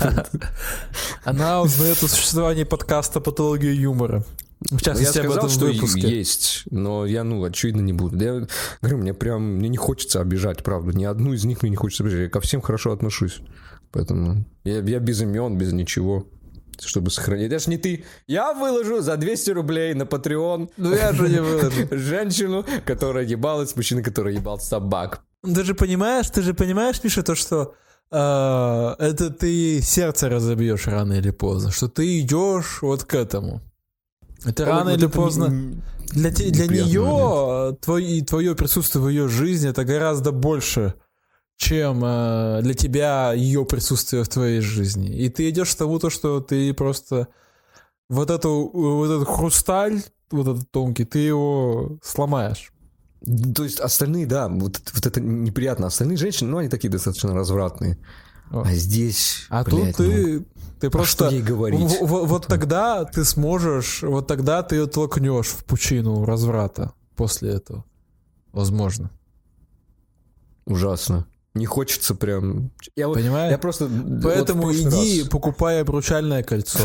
Speaker 2: Она узнает о существовании подкаста «Патология юмора». В частности, об этом выпуске.
Speaker 1: Что есть, но я, очевидно, не буду. Я говорю, мне не хочется обижать, правда. Ни одну из них мне не хочется обижать. Я ко всем хорошо отношусь. Поэтому я без имен, без ничего. Чтобы сохранить. Это ж не ты. Я выложу за 200 рублей на Patreon.
Speaker 2: Ну я же не выложу.
Speaker 1: Женщину, которая ебалась, мужчину, который ебал собак.
Speaker 2: Ты же понимаешь, Миша, то, что это ты сердце разобьешь рано или поздно, что ты идешь вот к этому. Это рано или поздно. Для нее твое присутствие в ее жизни это гораздо больше, чем для тебя ее присутствие в твоей жизни. И ты идешь к тому, что ты просто вот этот хрусталь, вот этот тонкий, ты его сломаешь.
Speaker 1: То есть остальные, да, вот это неприятно. Остальные женщины, они такие достаточно развратные. А здесь,
Speaker 2: блядь, тут ты просто...
Speaker 1: что ей говорить?
Speaker 2: Вот тогда ты сможешь, вот тогда ты ее толкнешь в пучину разврата после этого. Возможно.
Speaker 1: Ужасно. Не хочется прям...
Speaker 2: Понимаешь?
Speaker 1: Я просто...
Speaker 2: Поэтому иди, покупай обручальное кольцо.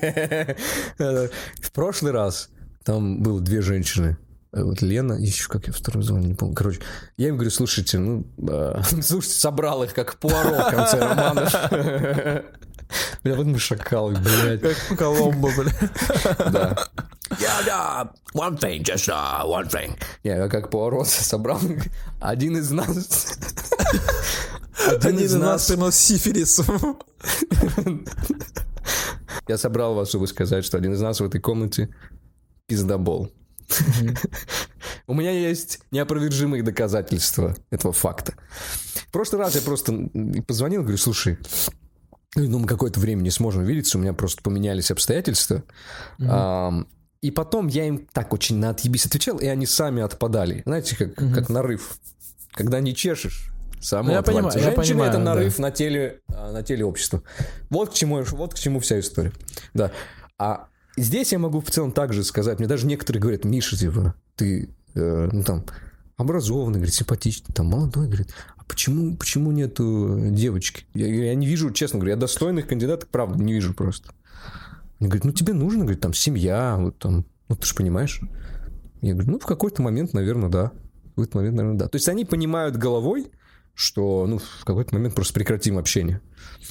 Speaker 1: В прошлый раз там было 2 женщины. Вот Лена, еще как я вторую звоню, не помню. Короче, я им говорю, слушайте, собрал их как Пуаро в конце романа. Бля, вот мы шакалы, блядь.
Speaker 2: Как Коломбо, блядь.
Speaker 1: Да. Yeah, one thing, just one thing. Я как Пуаро собрал. Один из нас
Speaker 2: принес сифилис.
Speaker 1: Я собрал вас, чтобы сказать, что один из нас в этой комнате пиздобол. У меня есть неопровержимые доказательства этого факта. В прошлый раз я просто позвонил, говорю, слушай, мы какое-то время не сможем видеться, у меня просто поменялись обстоятельства. И потом я им так очень на отъебись отвечал, и они сами отпадали. Знаете, как нарыв. Когда не чешешь, Само отвалится. Женщины — это нарыв на теле общества. Вот к чему вся история. Да. А здесь я могу в целом также сказать, мне даже некоторые говорят: Миша, типа, ты, образованный, говорит, симпатичный, там, молодой, говорит, а почему нету девочки? Я не вижу, честно говоря, я достойных кандидатов, правда, не вижу просто. Они говорят: тебе нужно, говорит, там, семья, вот там, ты же понимаешь. Я говорю: в какой-то момент, наверное, да. То есть они понимают головой, что, в какой-то момент просто прекратим общение.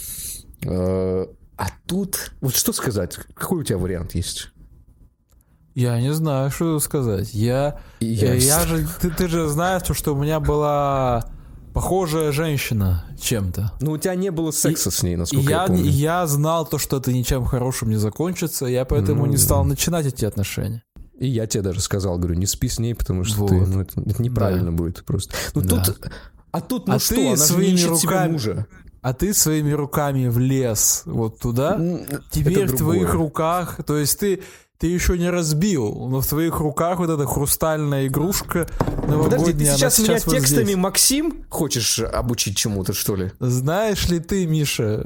Speaker 1: А тут, вот что сказать? Какой у тебя вариант есть?
Speaker 2: Я не знаю, что сказать. Ты же знаешь, что у меня была похожая женщина чем-то.
Speaker 1: У тебя не было секса с ней, насколько я помню.
Speaker 2: Я знал то, что это ничем хорошим не закончится, я поэтому не стал начинать эти отношения.
Speaker 1: И я тебе даже сказал, говорю, не спи с ней, потому что это неправильно будет просто. Тут она же не ищет себе мужа.
Speaker 2: А ты своими руками влез вот туда, теперь в твоих руках, то есть ты еще не разбил, но в твоих руках вот эта хрустальная игрушка новогодняя.
Speaker 1: Подожди, ты сейчас меня
Speaker 2: вот
Speaker 1: текстами
Speaker 2: здесь.
Speaker 1: Максим хочешь обучить чему-то, что ли?
Speaker 2: Знаешь ли ты, Миша,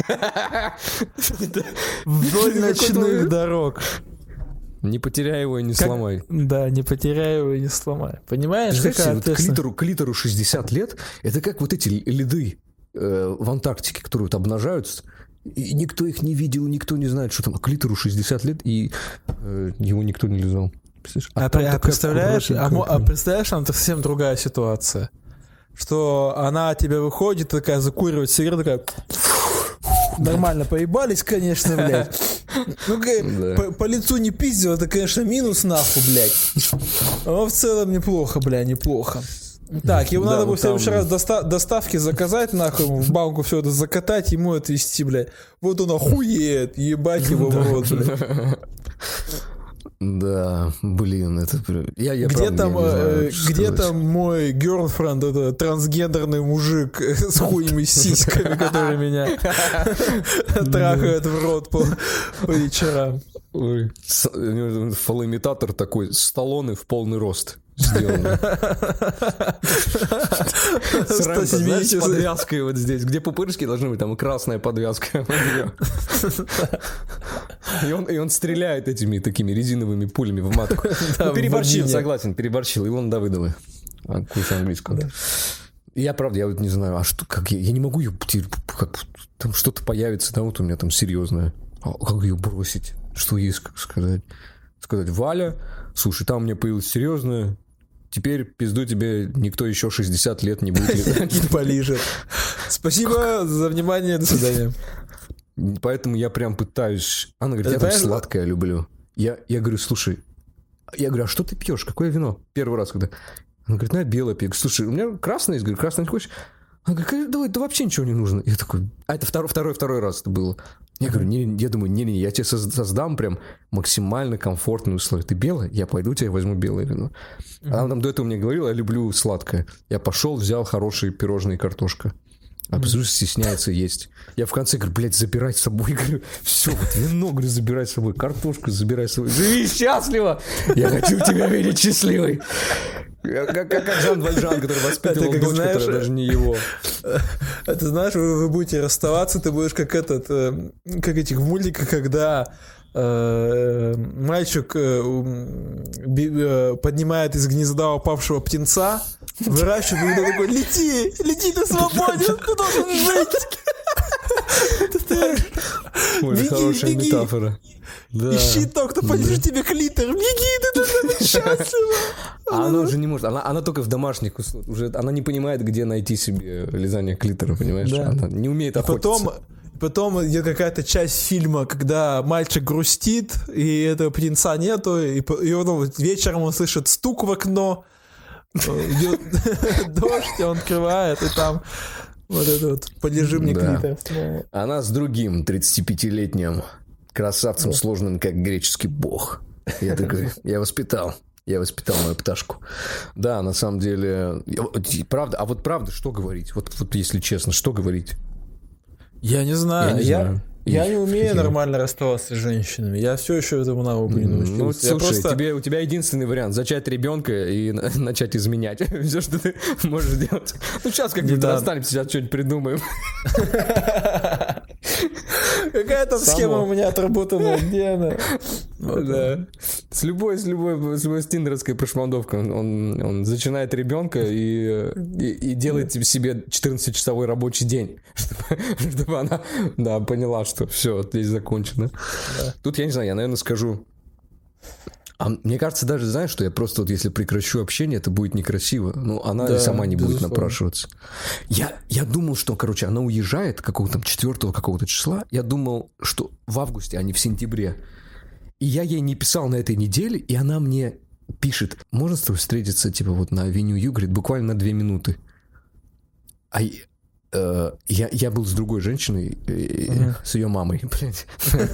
Speaker 2: вдоль ночных дорог.
Speaker 1: Не потеряй его и не сломай.
Speaker 2: Да, не потеряй его и не сломай. Понимаешь, какая
Speaker 1: клитору 60 лет, это как вот эти льды в Антарктике, которые вот обнажаются, и никто их не видел, никто не знает, что там. А клитору 60 лет, и его никто не лизал.
Speaker 2: Представляешь, там совсем другая ситуация. Что она от тебя выходит, такая закуривает сигарету, такая... Нормально поебались, конечно, блядь. По лицу не пиздил, это, конечно, минус нахуй, блядь. Но в целом неплохо, блядь, неплохо. Так, ему надо будет в следующий раз доставки заказать, нахуй, в банку все это закатать, ему отвезти, блядь. Вот он охуеет, ебать его в рот, блядь.
Speaker 1: Да, блин, это...
Speaker 2: Где там мой girlfriend, это трансгендерный мужик с хуем и сиськами, который меня трахает в рот по вечерам.
Speaker 1: Фалоимитатор такой, Сталлоне в полный рост сделанный. С Рэмбо, знаешь, с подвязкой вот здесь. Где пупырышки должны быть, там и красная подвязка. И он стреляет этими такими резиновыми пулями в матку. Переборщил, согласен, переборщил. Илон Давыдовы. Курс английского. Я, правда, я вот не знаю, а что, как я не могу ее, как там что-то появится, да, вот у меня там серьезное. А как ее бросить? Что ей сказать? Сказать: Валя, слушай, там у меня появилось серьезное, теперь пизду тебе никто еще 60 лет не будет.
Speaker 2: Не полижет. Спасибо за внимание, до свидания.
Speaker 1: Поэтому я прям пытаюсь. Она говорит: я там сладкое люблю. Я говорю: слушай, а что ты пьешь? Какое вино? Первый раз, когда... Она говорит: я белое пью. Слушай, у меня красное есть. Говорю: красное не хочешь? Она говорит: давай, да вообще ничего не нужно. Я такой: а это второй раз это было. Я говорю: я думаю, не, я тебе создам прям максимально комфортные условия. Ты белая? Я пойду тебе возьму белое вино. Она там до этого мне говорила: я люблю сладкое. Я пошел, взял хорошие пирожные и картошка. А посмотришь, стесняется есть. Я в конце говорю: блядь, забирай с собой. Говорю: все, вот вино, говорю, забирай с собой, картошку забирай с собой. Живи счастливо! Я хочу тебя видеть счастливой. Как Жан Вальжан, который воспитывал дочь, которая даже не его.
Speaker 2: Это знаешь, вы будете расставаться, ты будешь как этих в мультиках, когда мальчик поднимает из гнезда упавшего птенца, выращивает, и такой: лети, ты свободен, ты должен жить.
Speaker 1: Очень хорошая метафора.
Speaker 2: Ищи то, кто подержит тебе клитор. Беги, ты должен быть счастлива.
Speaker 1: Она уже не может. Она только в домашних условиях. Уже она не понимает, где найти себе лизание клитора, понимаешь? Да. Она не умеет охотиться.
Speaker 2: Потом идет какая-то часть фильма, когда мальчик грустит, и этого птенца нету, и он вечером он слышит стук в окно, идет дождь, он открывает, и там вот это вот: подержи мне клитор.
Speaker 1: Она с другим 35-летним красавцем, сложным, как греческий бог. Я такой: я воспитал мою пташку. Да, на самом деле, правда, а вот правда, что говорить? Вот если честно, что говорить?
Speaker 2: Я не знаю. Я не умею нормально расставаться с женщинами. Я все еще этому навыку не научился.
Speaker 1: Ну, слушай, у тебя единственный вариант — зачать ребенка и начать изменять. Все, что ты можешь делать. Ну, сейчас как-нибудь расстанемся, сейчас что-нибудь придумаем.
Speaker 2: Какая там схема у меня отработана, где она?
Speaker 1: Да. С любой стиндеровской прошмандовкой он зачинает ребенка и делает себе 14-часовой рабочий день, чтобы она поняла, что все, здесь закончено. Да. Тут я не знаю, я, наверное, скажу. А мне кажется, даже, знаешь, что я просто вот если прекращу общение, это будет некрасиво. Ну, она и сама не будет напрашиваться. Я думал, что, короче, она уезжает какого-то там 4-го какого-то числа. Я думал, что в августе, а не в сентябре. И я ей не писал на этой неделе, и она мне пишет: можно с тобой встретиться, типа, вот на авеню Ю, говорит, буквально на 2 минуты. А я был с другой женщиной, с ее мамой, блядь.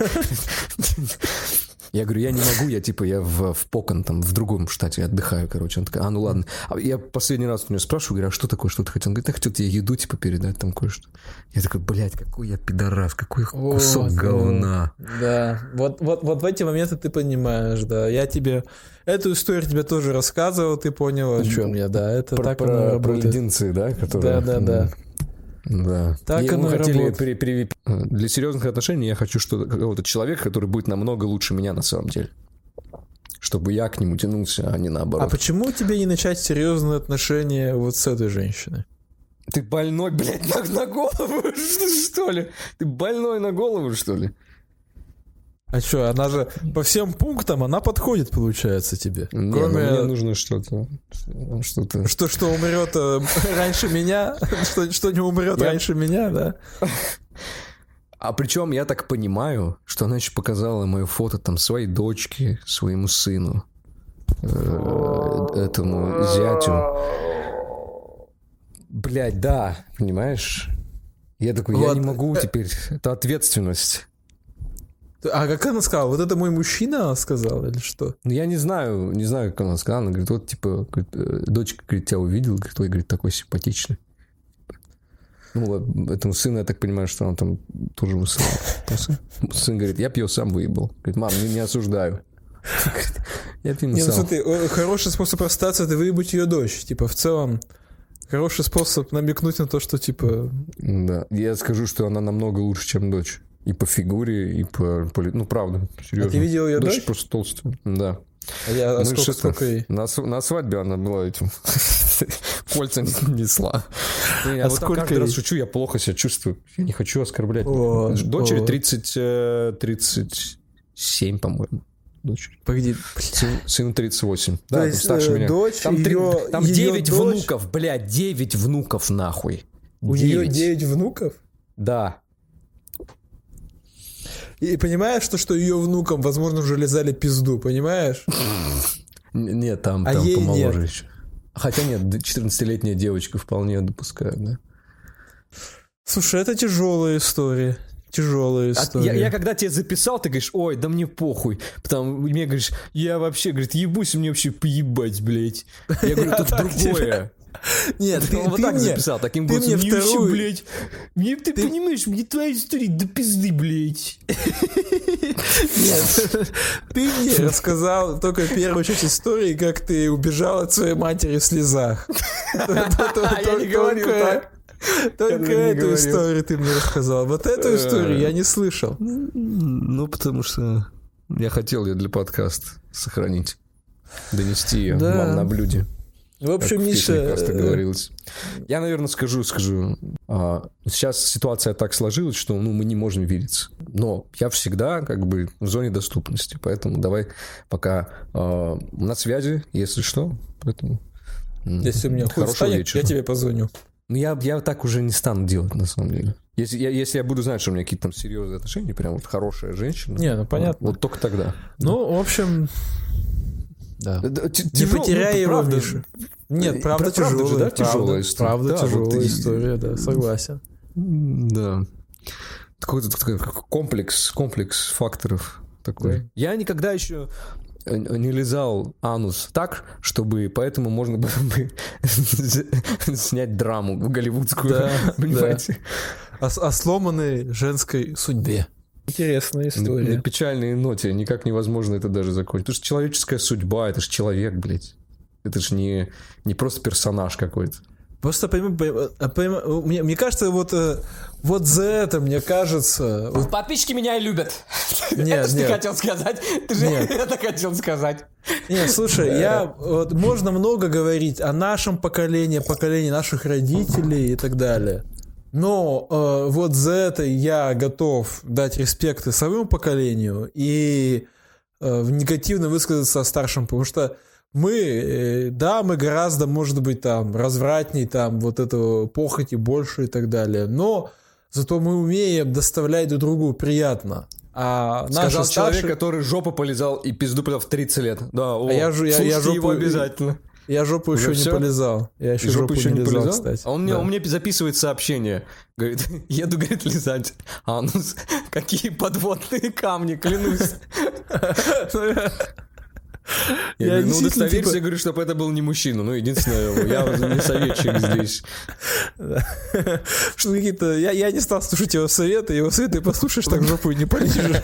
Speaker 1: Я говорю, я не могу, я в Покон, там, в другом штате отдыхаю, короче. Он такой, ну ладно. Я последний раз у нее спрашиваю, говорю, а что такое, что ты хотел? Он говорит, я хотел тебе еду, типа, передать, там, кое-что. Я такой, блядь, какой я пидорас, какой кусок говна.
Speaker 2: Да, вот в эти моменты ты понимаешь, да. Я тебе эту историю тебе тоже рассказывал, ты понял, о чем я, да. Это так
Speaker 1: про леденцы, да? Которые...
Speaker 2: Да.
Speaker 1: Да.
Speaker 2: Так оно
Speaker 1: хотели для серьезных отношений я хочу какого-то человека, который будет намного лучше меня на самом деле. Чтобы я к нему тянулся, а не наоборот.
Speaker 2: А почему тебе не начать серьезные отношения вот с этой женщиной?
Speaker 1: Ты больной, блядь, на голову, что ли? Ты больной на голову, что ли?
Speaker 2: А что, она же по всем пунктам, она подходит, получается, тебе.
Speaker 1: Не, кроме... мне нужно что-то.
Speaker 2: Что умрет раньше меня? Что не умрет раньше меня, да?
Speaker 1: А причем я так понимаю, что она еще показала мое фото там своей дочке, своему сыну, этому зятю. Блядь, да, понимаешь? Я такой, я не могу теперь. Это ответственность.
Speaker 2: А как она сказала? Вот это мой мужчина, она сказала, или что?
Speaker 1: Ну, я не знаю, как она сказала. Она говорит, вот, типа, дочка, говорит, тебя увидела, говорит, ой, говорит, такой симпатичный. Ну, этому сыну, я так понимаю, что он там тоже высыл. Сын говорит, я б ее сам выебал. Говорит, мам, не осуждаю. Я б не сам.
Speaker 2: Хороший способ расстаться — это выебать ее дочь. Типа, в целом, хороший способ намекнуть на то, что, типа...
Speaker 1: Да, я скажу, что она намного лучше, чем дочь. И по фигуре, и по... Ну, правда, серьезно.
Speaker 2: А ты видел ее дочь?
Speaker 1: Просто толстая, да.
Speaker 2: А я сколько ей?
Speaker 1: На свадьбе она была этим... Кольца несла. Я вот так каждый раз шучу, я плохо себя чувствую. Я не хочу оскорблять. Дочери 37, по-моему. Дочери.
Speaker 2: Погоди.
Speaker 1: Сыну 38. Да, там старше меня.
Speaker 2: Дочь,
Speaker 1: там 9 внуков, блядь, 9 внуков, нахуй.
Speaker 2: У нее 9 внуков?
Speaker 1: Да.
Speaker 2: И понимаешь, что ее внукам, возможно, уже лизали пизду, понимаешь?
Speaker 1: Нет, там помоложе еще. Хотя нет, 14-летняя девочка вполне допускаю, да.
Speaker 2: Слушай, это тяжелая история. Тяжелая история.
Speaker 1: Я когда тебе записал, ты говоришь, ой, да мне похуй. Потом мне говоришь, я вообще, говорит, ебусь, мне вообще поебать, блядь. Я говорю, тут другое.
Speaker 2: Нет, ты
Speaker 1: вот так записал, таким голосом.
Speaker 2: Мне вторую...
Speaker 1: блядь. Ты понимаешь, мне твоя история до пизды, блядь.
Speaker 2: Нет, ты мне рассказал только первую часть истории, как ты убежал от своей матери в слезах.
Speaker 1: Я не говорил так.
Speaker 2: Только эту историю ты мне рассказал. Вот эту историю я не слышал.
Speaker 1: Ну, потому что я хотел ее для подкаста сохранить. Донести ее вам на блюде.
Speaker 2: В общем, Миша...
Speaker 1: говорилось. Я, наверное, скажу. Сейчас ситуация так сложилась, что мы не можем видеться. Но я всегда как бы в зоне доступности. Поэтому давай пока на связи, если что. Поэтому,
Speaker 2: если у меня хуй встанет, я тебе позвоню.
Speaker 1: Ну, я так уже не стану делать, на самом деле. Если я буду знать, что у меня какие-то там серьезные отношения, прям вот хорошая женщина.
Speaker 2: Не, ну понятно.
Speaker 1: Вот только тогда.
Speaker 2: Ну, в общем... Да. Не потеряй его, Миша. Нет, правда тяжелая.
Speaker 1: Тяжелая история.
Speaker 2: Правда тяжелая история, да, согласен.
Speaker 1: Да. Какой-то комплекс факторов такой. Я никогда еще не лизал анус так, чтобы поэтому можно было бы снять драму голливудскую, понимаете?
Speaker 2: О сломанной женской судьбе. Интересная история.
Speaker 1: На печальной ноте никак невозможно это даже закончить. Потому что человеческая судьба, это же человек, блядь. Это же не просто персонаж какой-то.
Speaker 2: Просто, мне кажется, вот за это, мне кажется...
Speaker 1: Подписчики меня и любят.
Speaker 2: Нет,
Speaker 1: это ты хотел сказать. Ты же это хотел сказать.
Speaker 2: Нет, слушай, можно много говорить о нашем поколении наших родителей и так далее. Но вот за это я готов дать респект и своему поколению и негативно высказаться о старшем, потому что мы гораздо, может быть, там, развратней, там, вот этого похоти больше и так далее, но зато мы умеем доставлять друг другу приятно. А
Speaker 1: сказал человек, который жопу полизал и пизду полил в 30 лет. Да,
Speaker 2: я жопу
Speaker 1: его обязательно.
Speaker 2: Я жопу еще не полизал. Я еще жопу не лизал, кстати.
Speaker 1: Он мне записывает сообщение. Говорит, еду, говорит, лизать. А ну, какие подводные камни, клянусь. Я говорю, удостоверься, говорю, чтобы это был не мужчина. Ну, единственное, я не советчик здесь.
Speaker 2: Что какие-то... Я не стал слушать его советы послушаешь, так жопу не полижешь.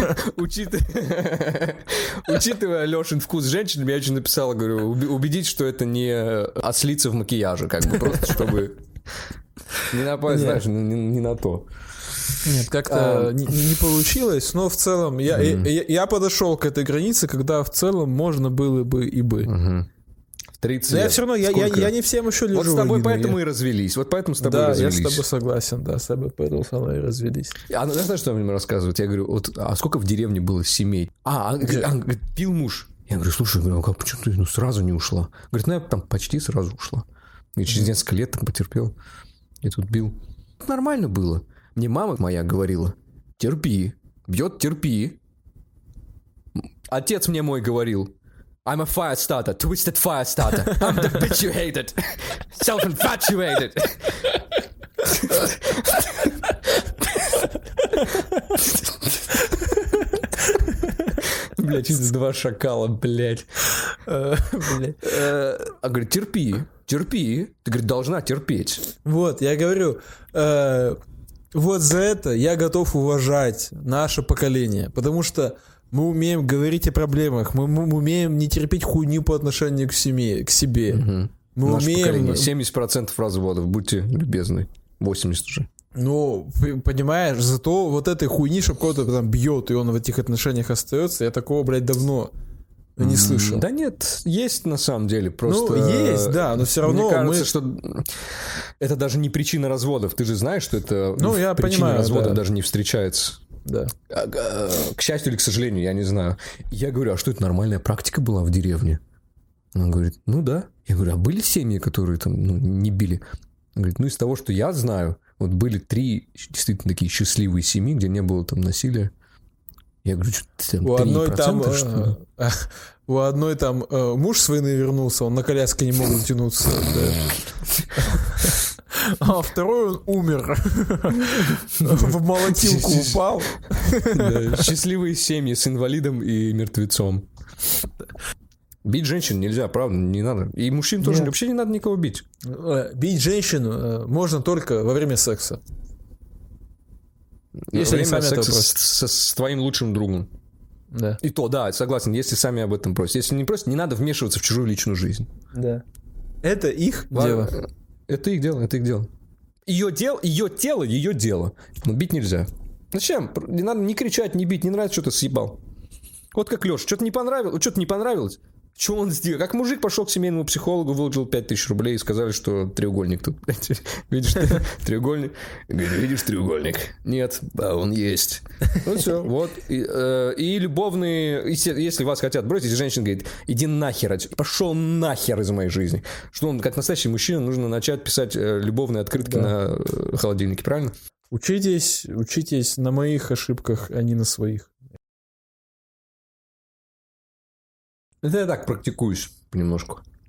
Speaker 1: Учитывая Лешин вкус женщин, я очень написал, говорю, убедить, что это не ослица в макияже, как бы, просто чтобы не напасть, знаешь, не на то.
Speaker 2: Нет, как-то не получилось, но в целом я подошел к этой границе, когда в целом можно было бы и бы.
Speaker 1: В 30
Speaker 2: лет.
Speaker 1: Я
Speaker 2: все равно, я не всем еще лежу.
Speaker 1: Вот с тобой поэтому и развелись. Вот поэтому с тобой развелись.
Speaker 2: Да, я с тобой согласен, да, с тобой поэтому со мной и развелись.
Speaker 1: Знаешь, что мне рассказывают? Я говорю, а сколько в деревне было семей? Говорит, пил муж. Я говорю, слушай, почему ты сразу не ушла? Говорит, я там почти сразу ушла. И через несколько лет там потерпел. И тут бил. Нормально было. Мне мама моя говорила, терпи, бьет, терпи. Отец мне мой говорил, I'm a fire starter, twisted fire starter. I'm the bitch you hated. Self-infatuated. Блядь, из два шакала, блядь. А говорит, терпи. Ты, говорит, должна терпеть.
Speaker 2: Вот, я говорю... Вот за это я готов уважать наше поколение, потому что мы умеем говорить о проблемах, мы умеем не терпеть хуйню по отношению к себе.
Speaker 1: Угу. Мы наше умеем... поколение, 70% разводов, будьте любезны, 80 уже.
Speaker 2: Ну, понимаешь, зато вот этой хуйни, что кого-то там бьет, и он в этих отношениях остается, я такого, блядь, давно не слышал.
Speaker 1: Да нет, есть на самом деле, просто...
Speaker 2: Ну, есть, да, но все равно...
Speaker 1: Мне кажется, что это даже не причина разводов. Ты же знаешь, что это причина разводов даже не встречается.
Speaker 2: Да.
Speaker 1: К счастью или к сожалению, я не знаю. Я говорю, а что это нормальная практика была в деревне? Он говорит, ну да. Я говорю, а были семьи, которые там не били? Он говорит, из того, что я знаю, вот были 3 действительно такие счастливые семьи, где не было там насилия. Я говорю, что там 3%, что ли?
Speaker 2: У одной там муж с войны вернулся, он на коляске не мог дотянуться. А второй он умер. В молотилку упал.
Speaker 1: Счастливые семьи с инвалидом и мертвецом. Бить женщин нельзя, правда, не надо. И мужчин тоже вообще не надо никого бить.
Speaker 2: Бить женщину можно только во время секса.
Speaker 1: Если они сами этого просят. С твоим лучшим другом.
Speaker 2: Да.
Speaker 1: И то, да, согласен, если сами об этом просят. Если не просят, не надо вмешиваться в чужую личную жизнь.
Speaker 2: Да. Это их дело.
Speaker 1: Это их дело. Ее тело, ее дело. Но бить нельзя. Зачем? Не надо не кричать, не бить, не нравится, что ты съебал. Вот как Леша, что-то не понравилось. Что он сделал? Как мужик пошел к семейному психологу, выложил 5000 рублей и сказали, что треугольник тут. Видишь треугольник? Видишь треугольник? Нет, да, он есть. Ну все, вот. И любовные... Если вас хотят бросить, женщина говорит, иди нахер, пошел нахер из моей жизни. Что он, как настоящий мужчина, нужно начать писать любовные открытки на холодильнике, правильно?
Speaker 2: Учитесь на моих ошибках, а не на своих.
Speaker 1: Это я так практикуюсь понемножку.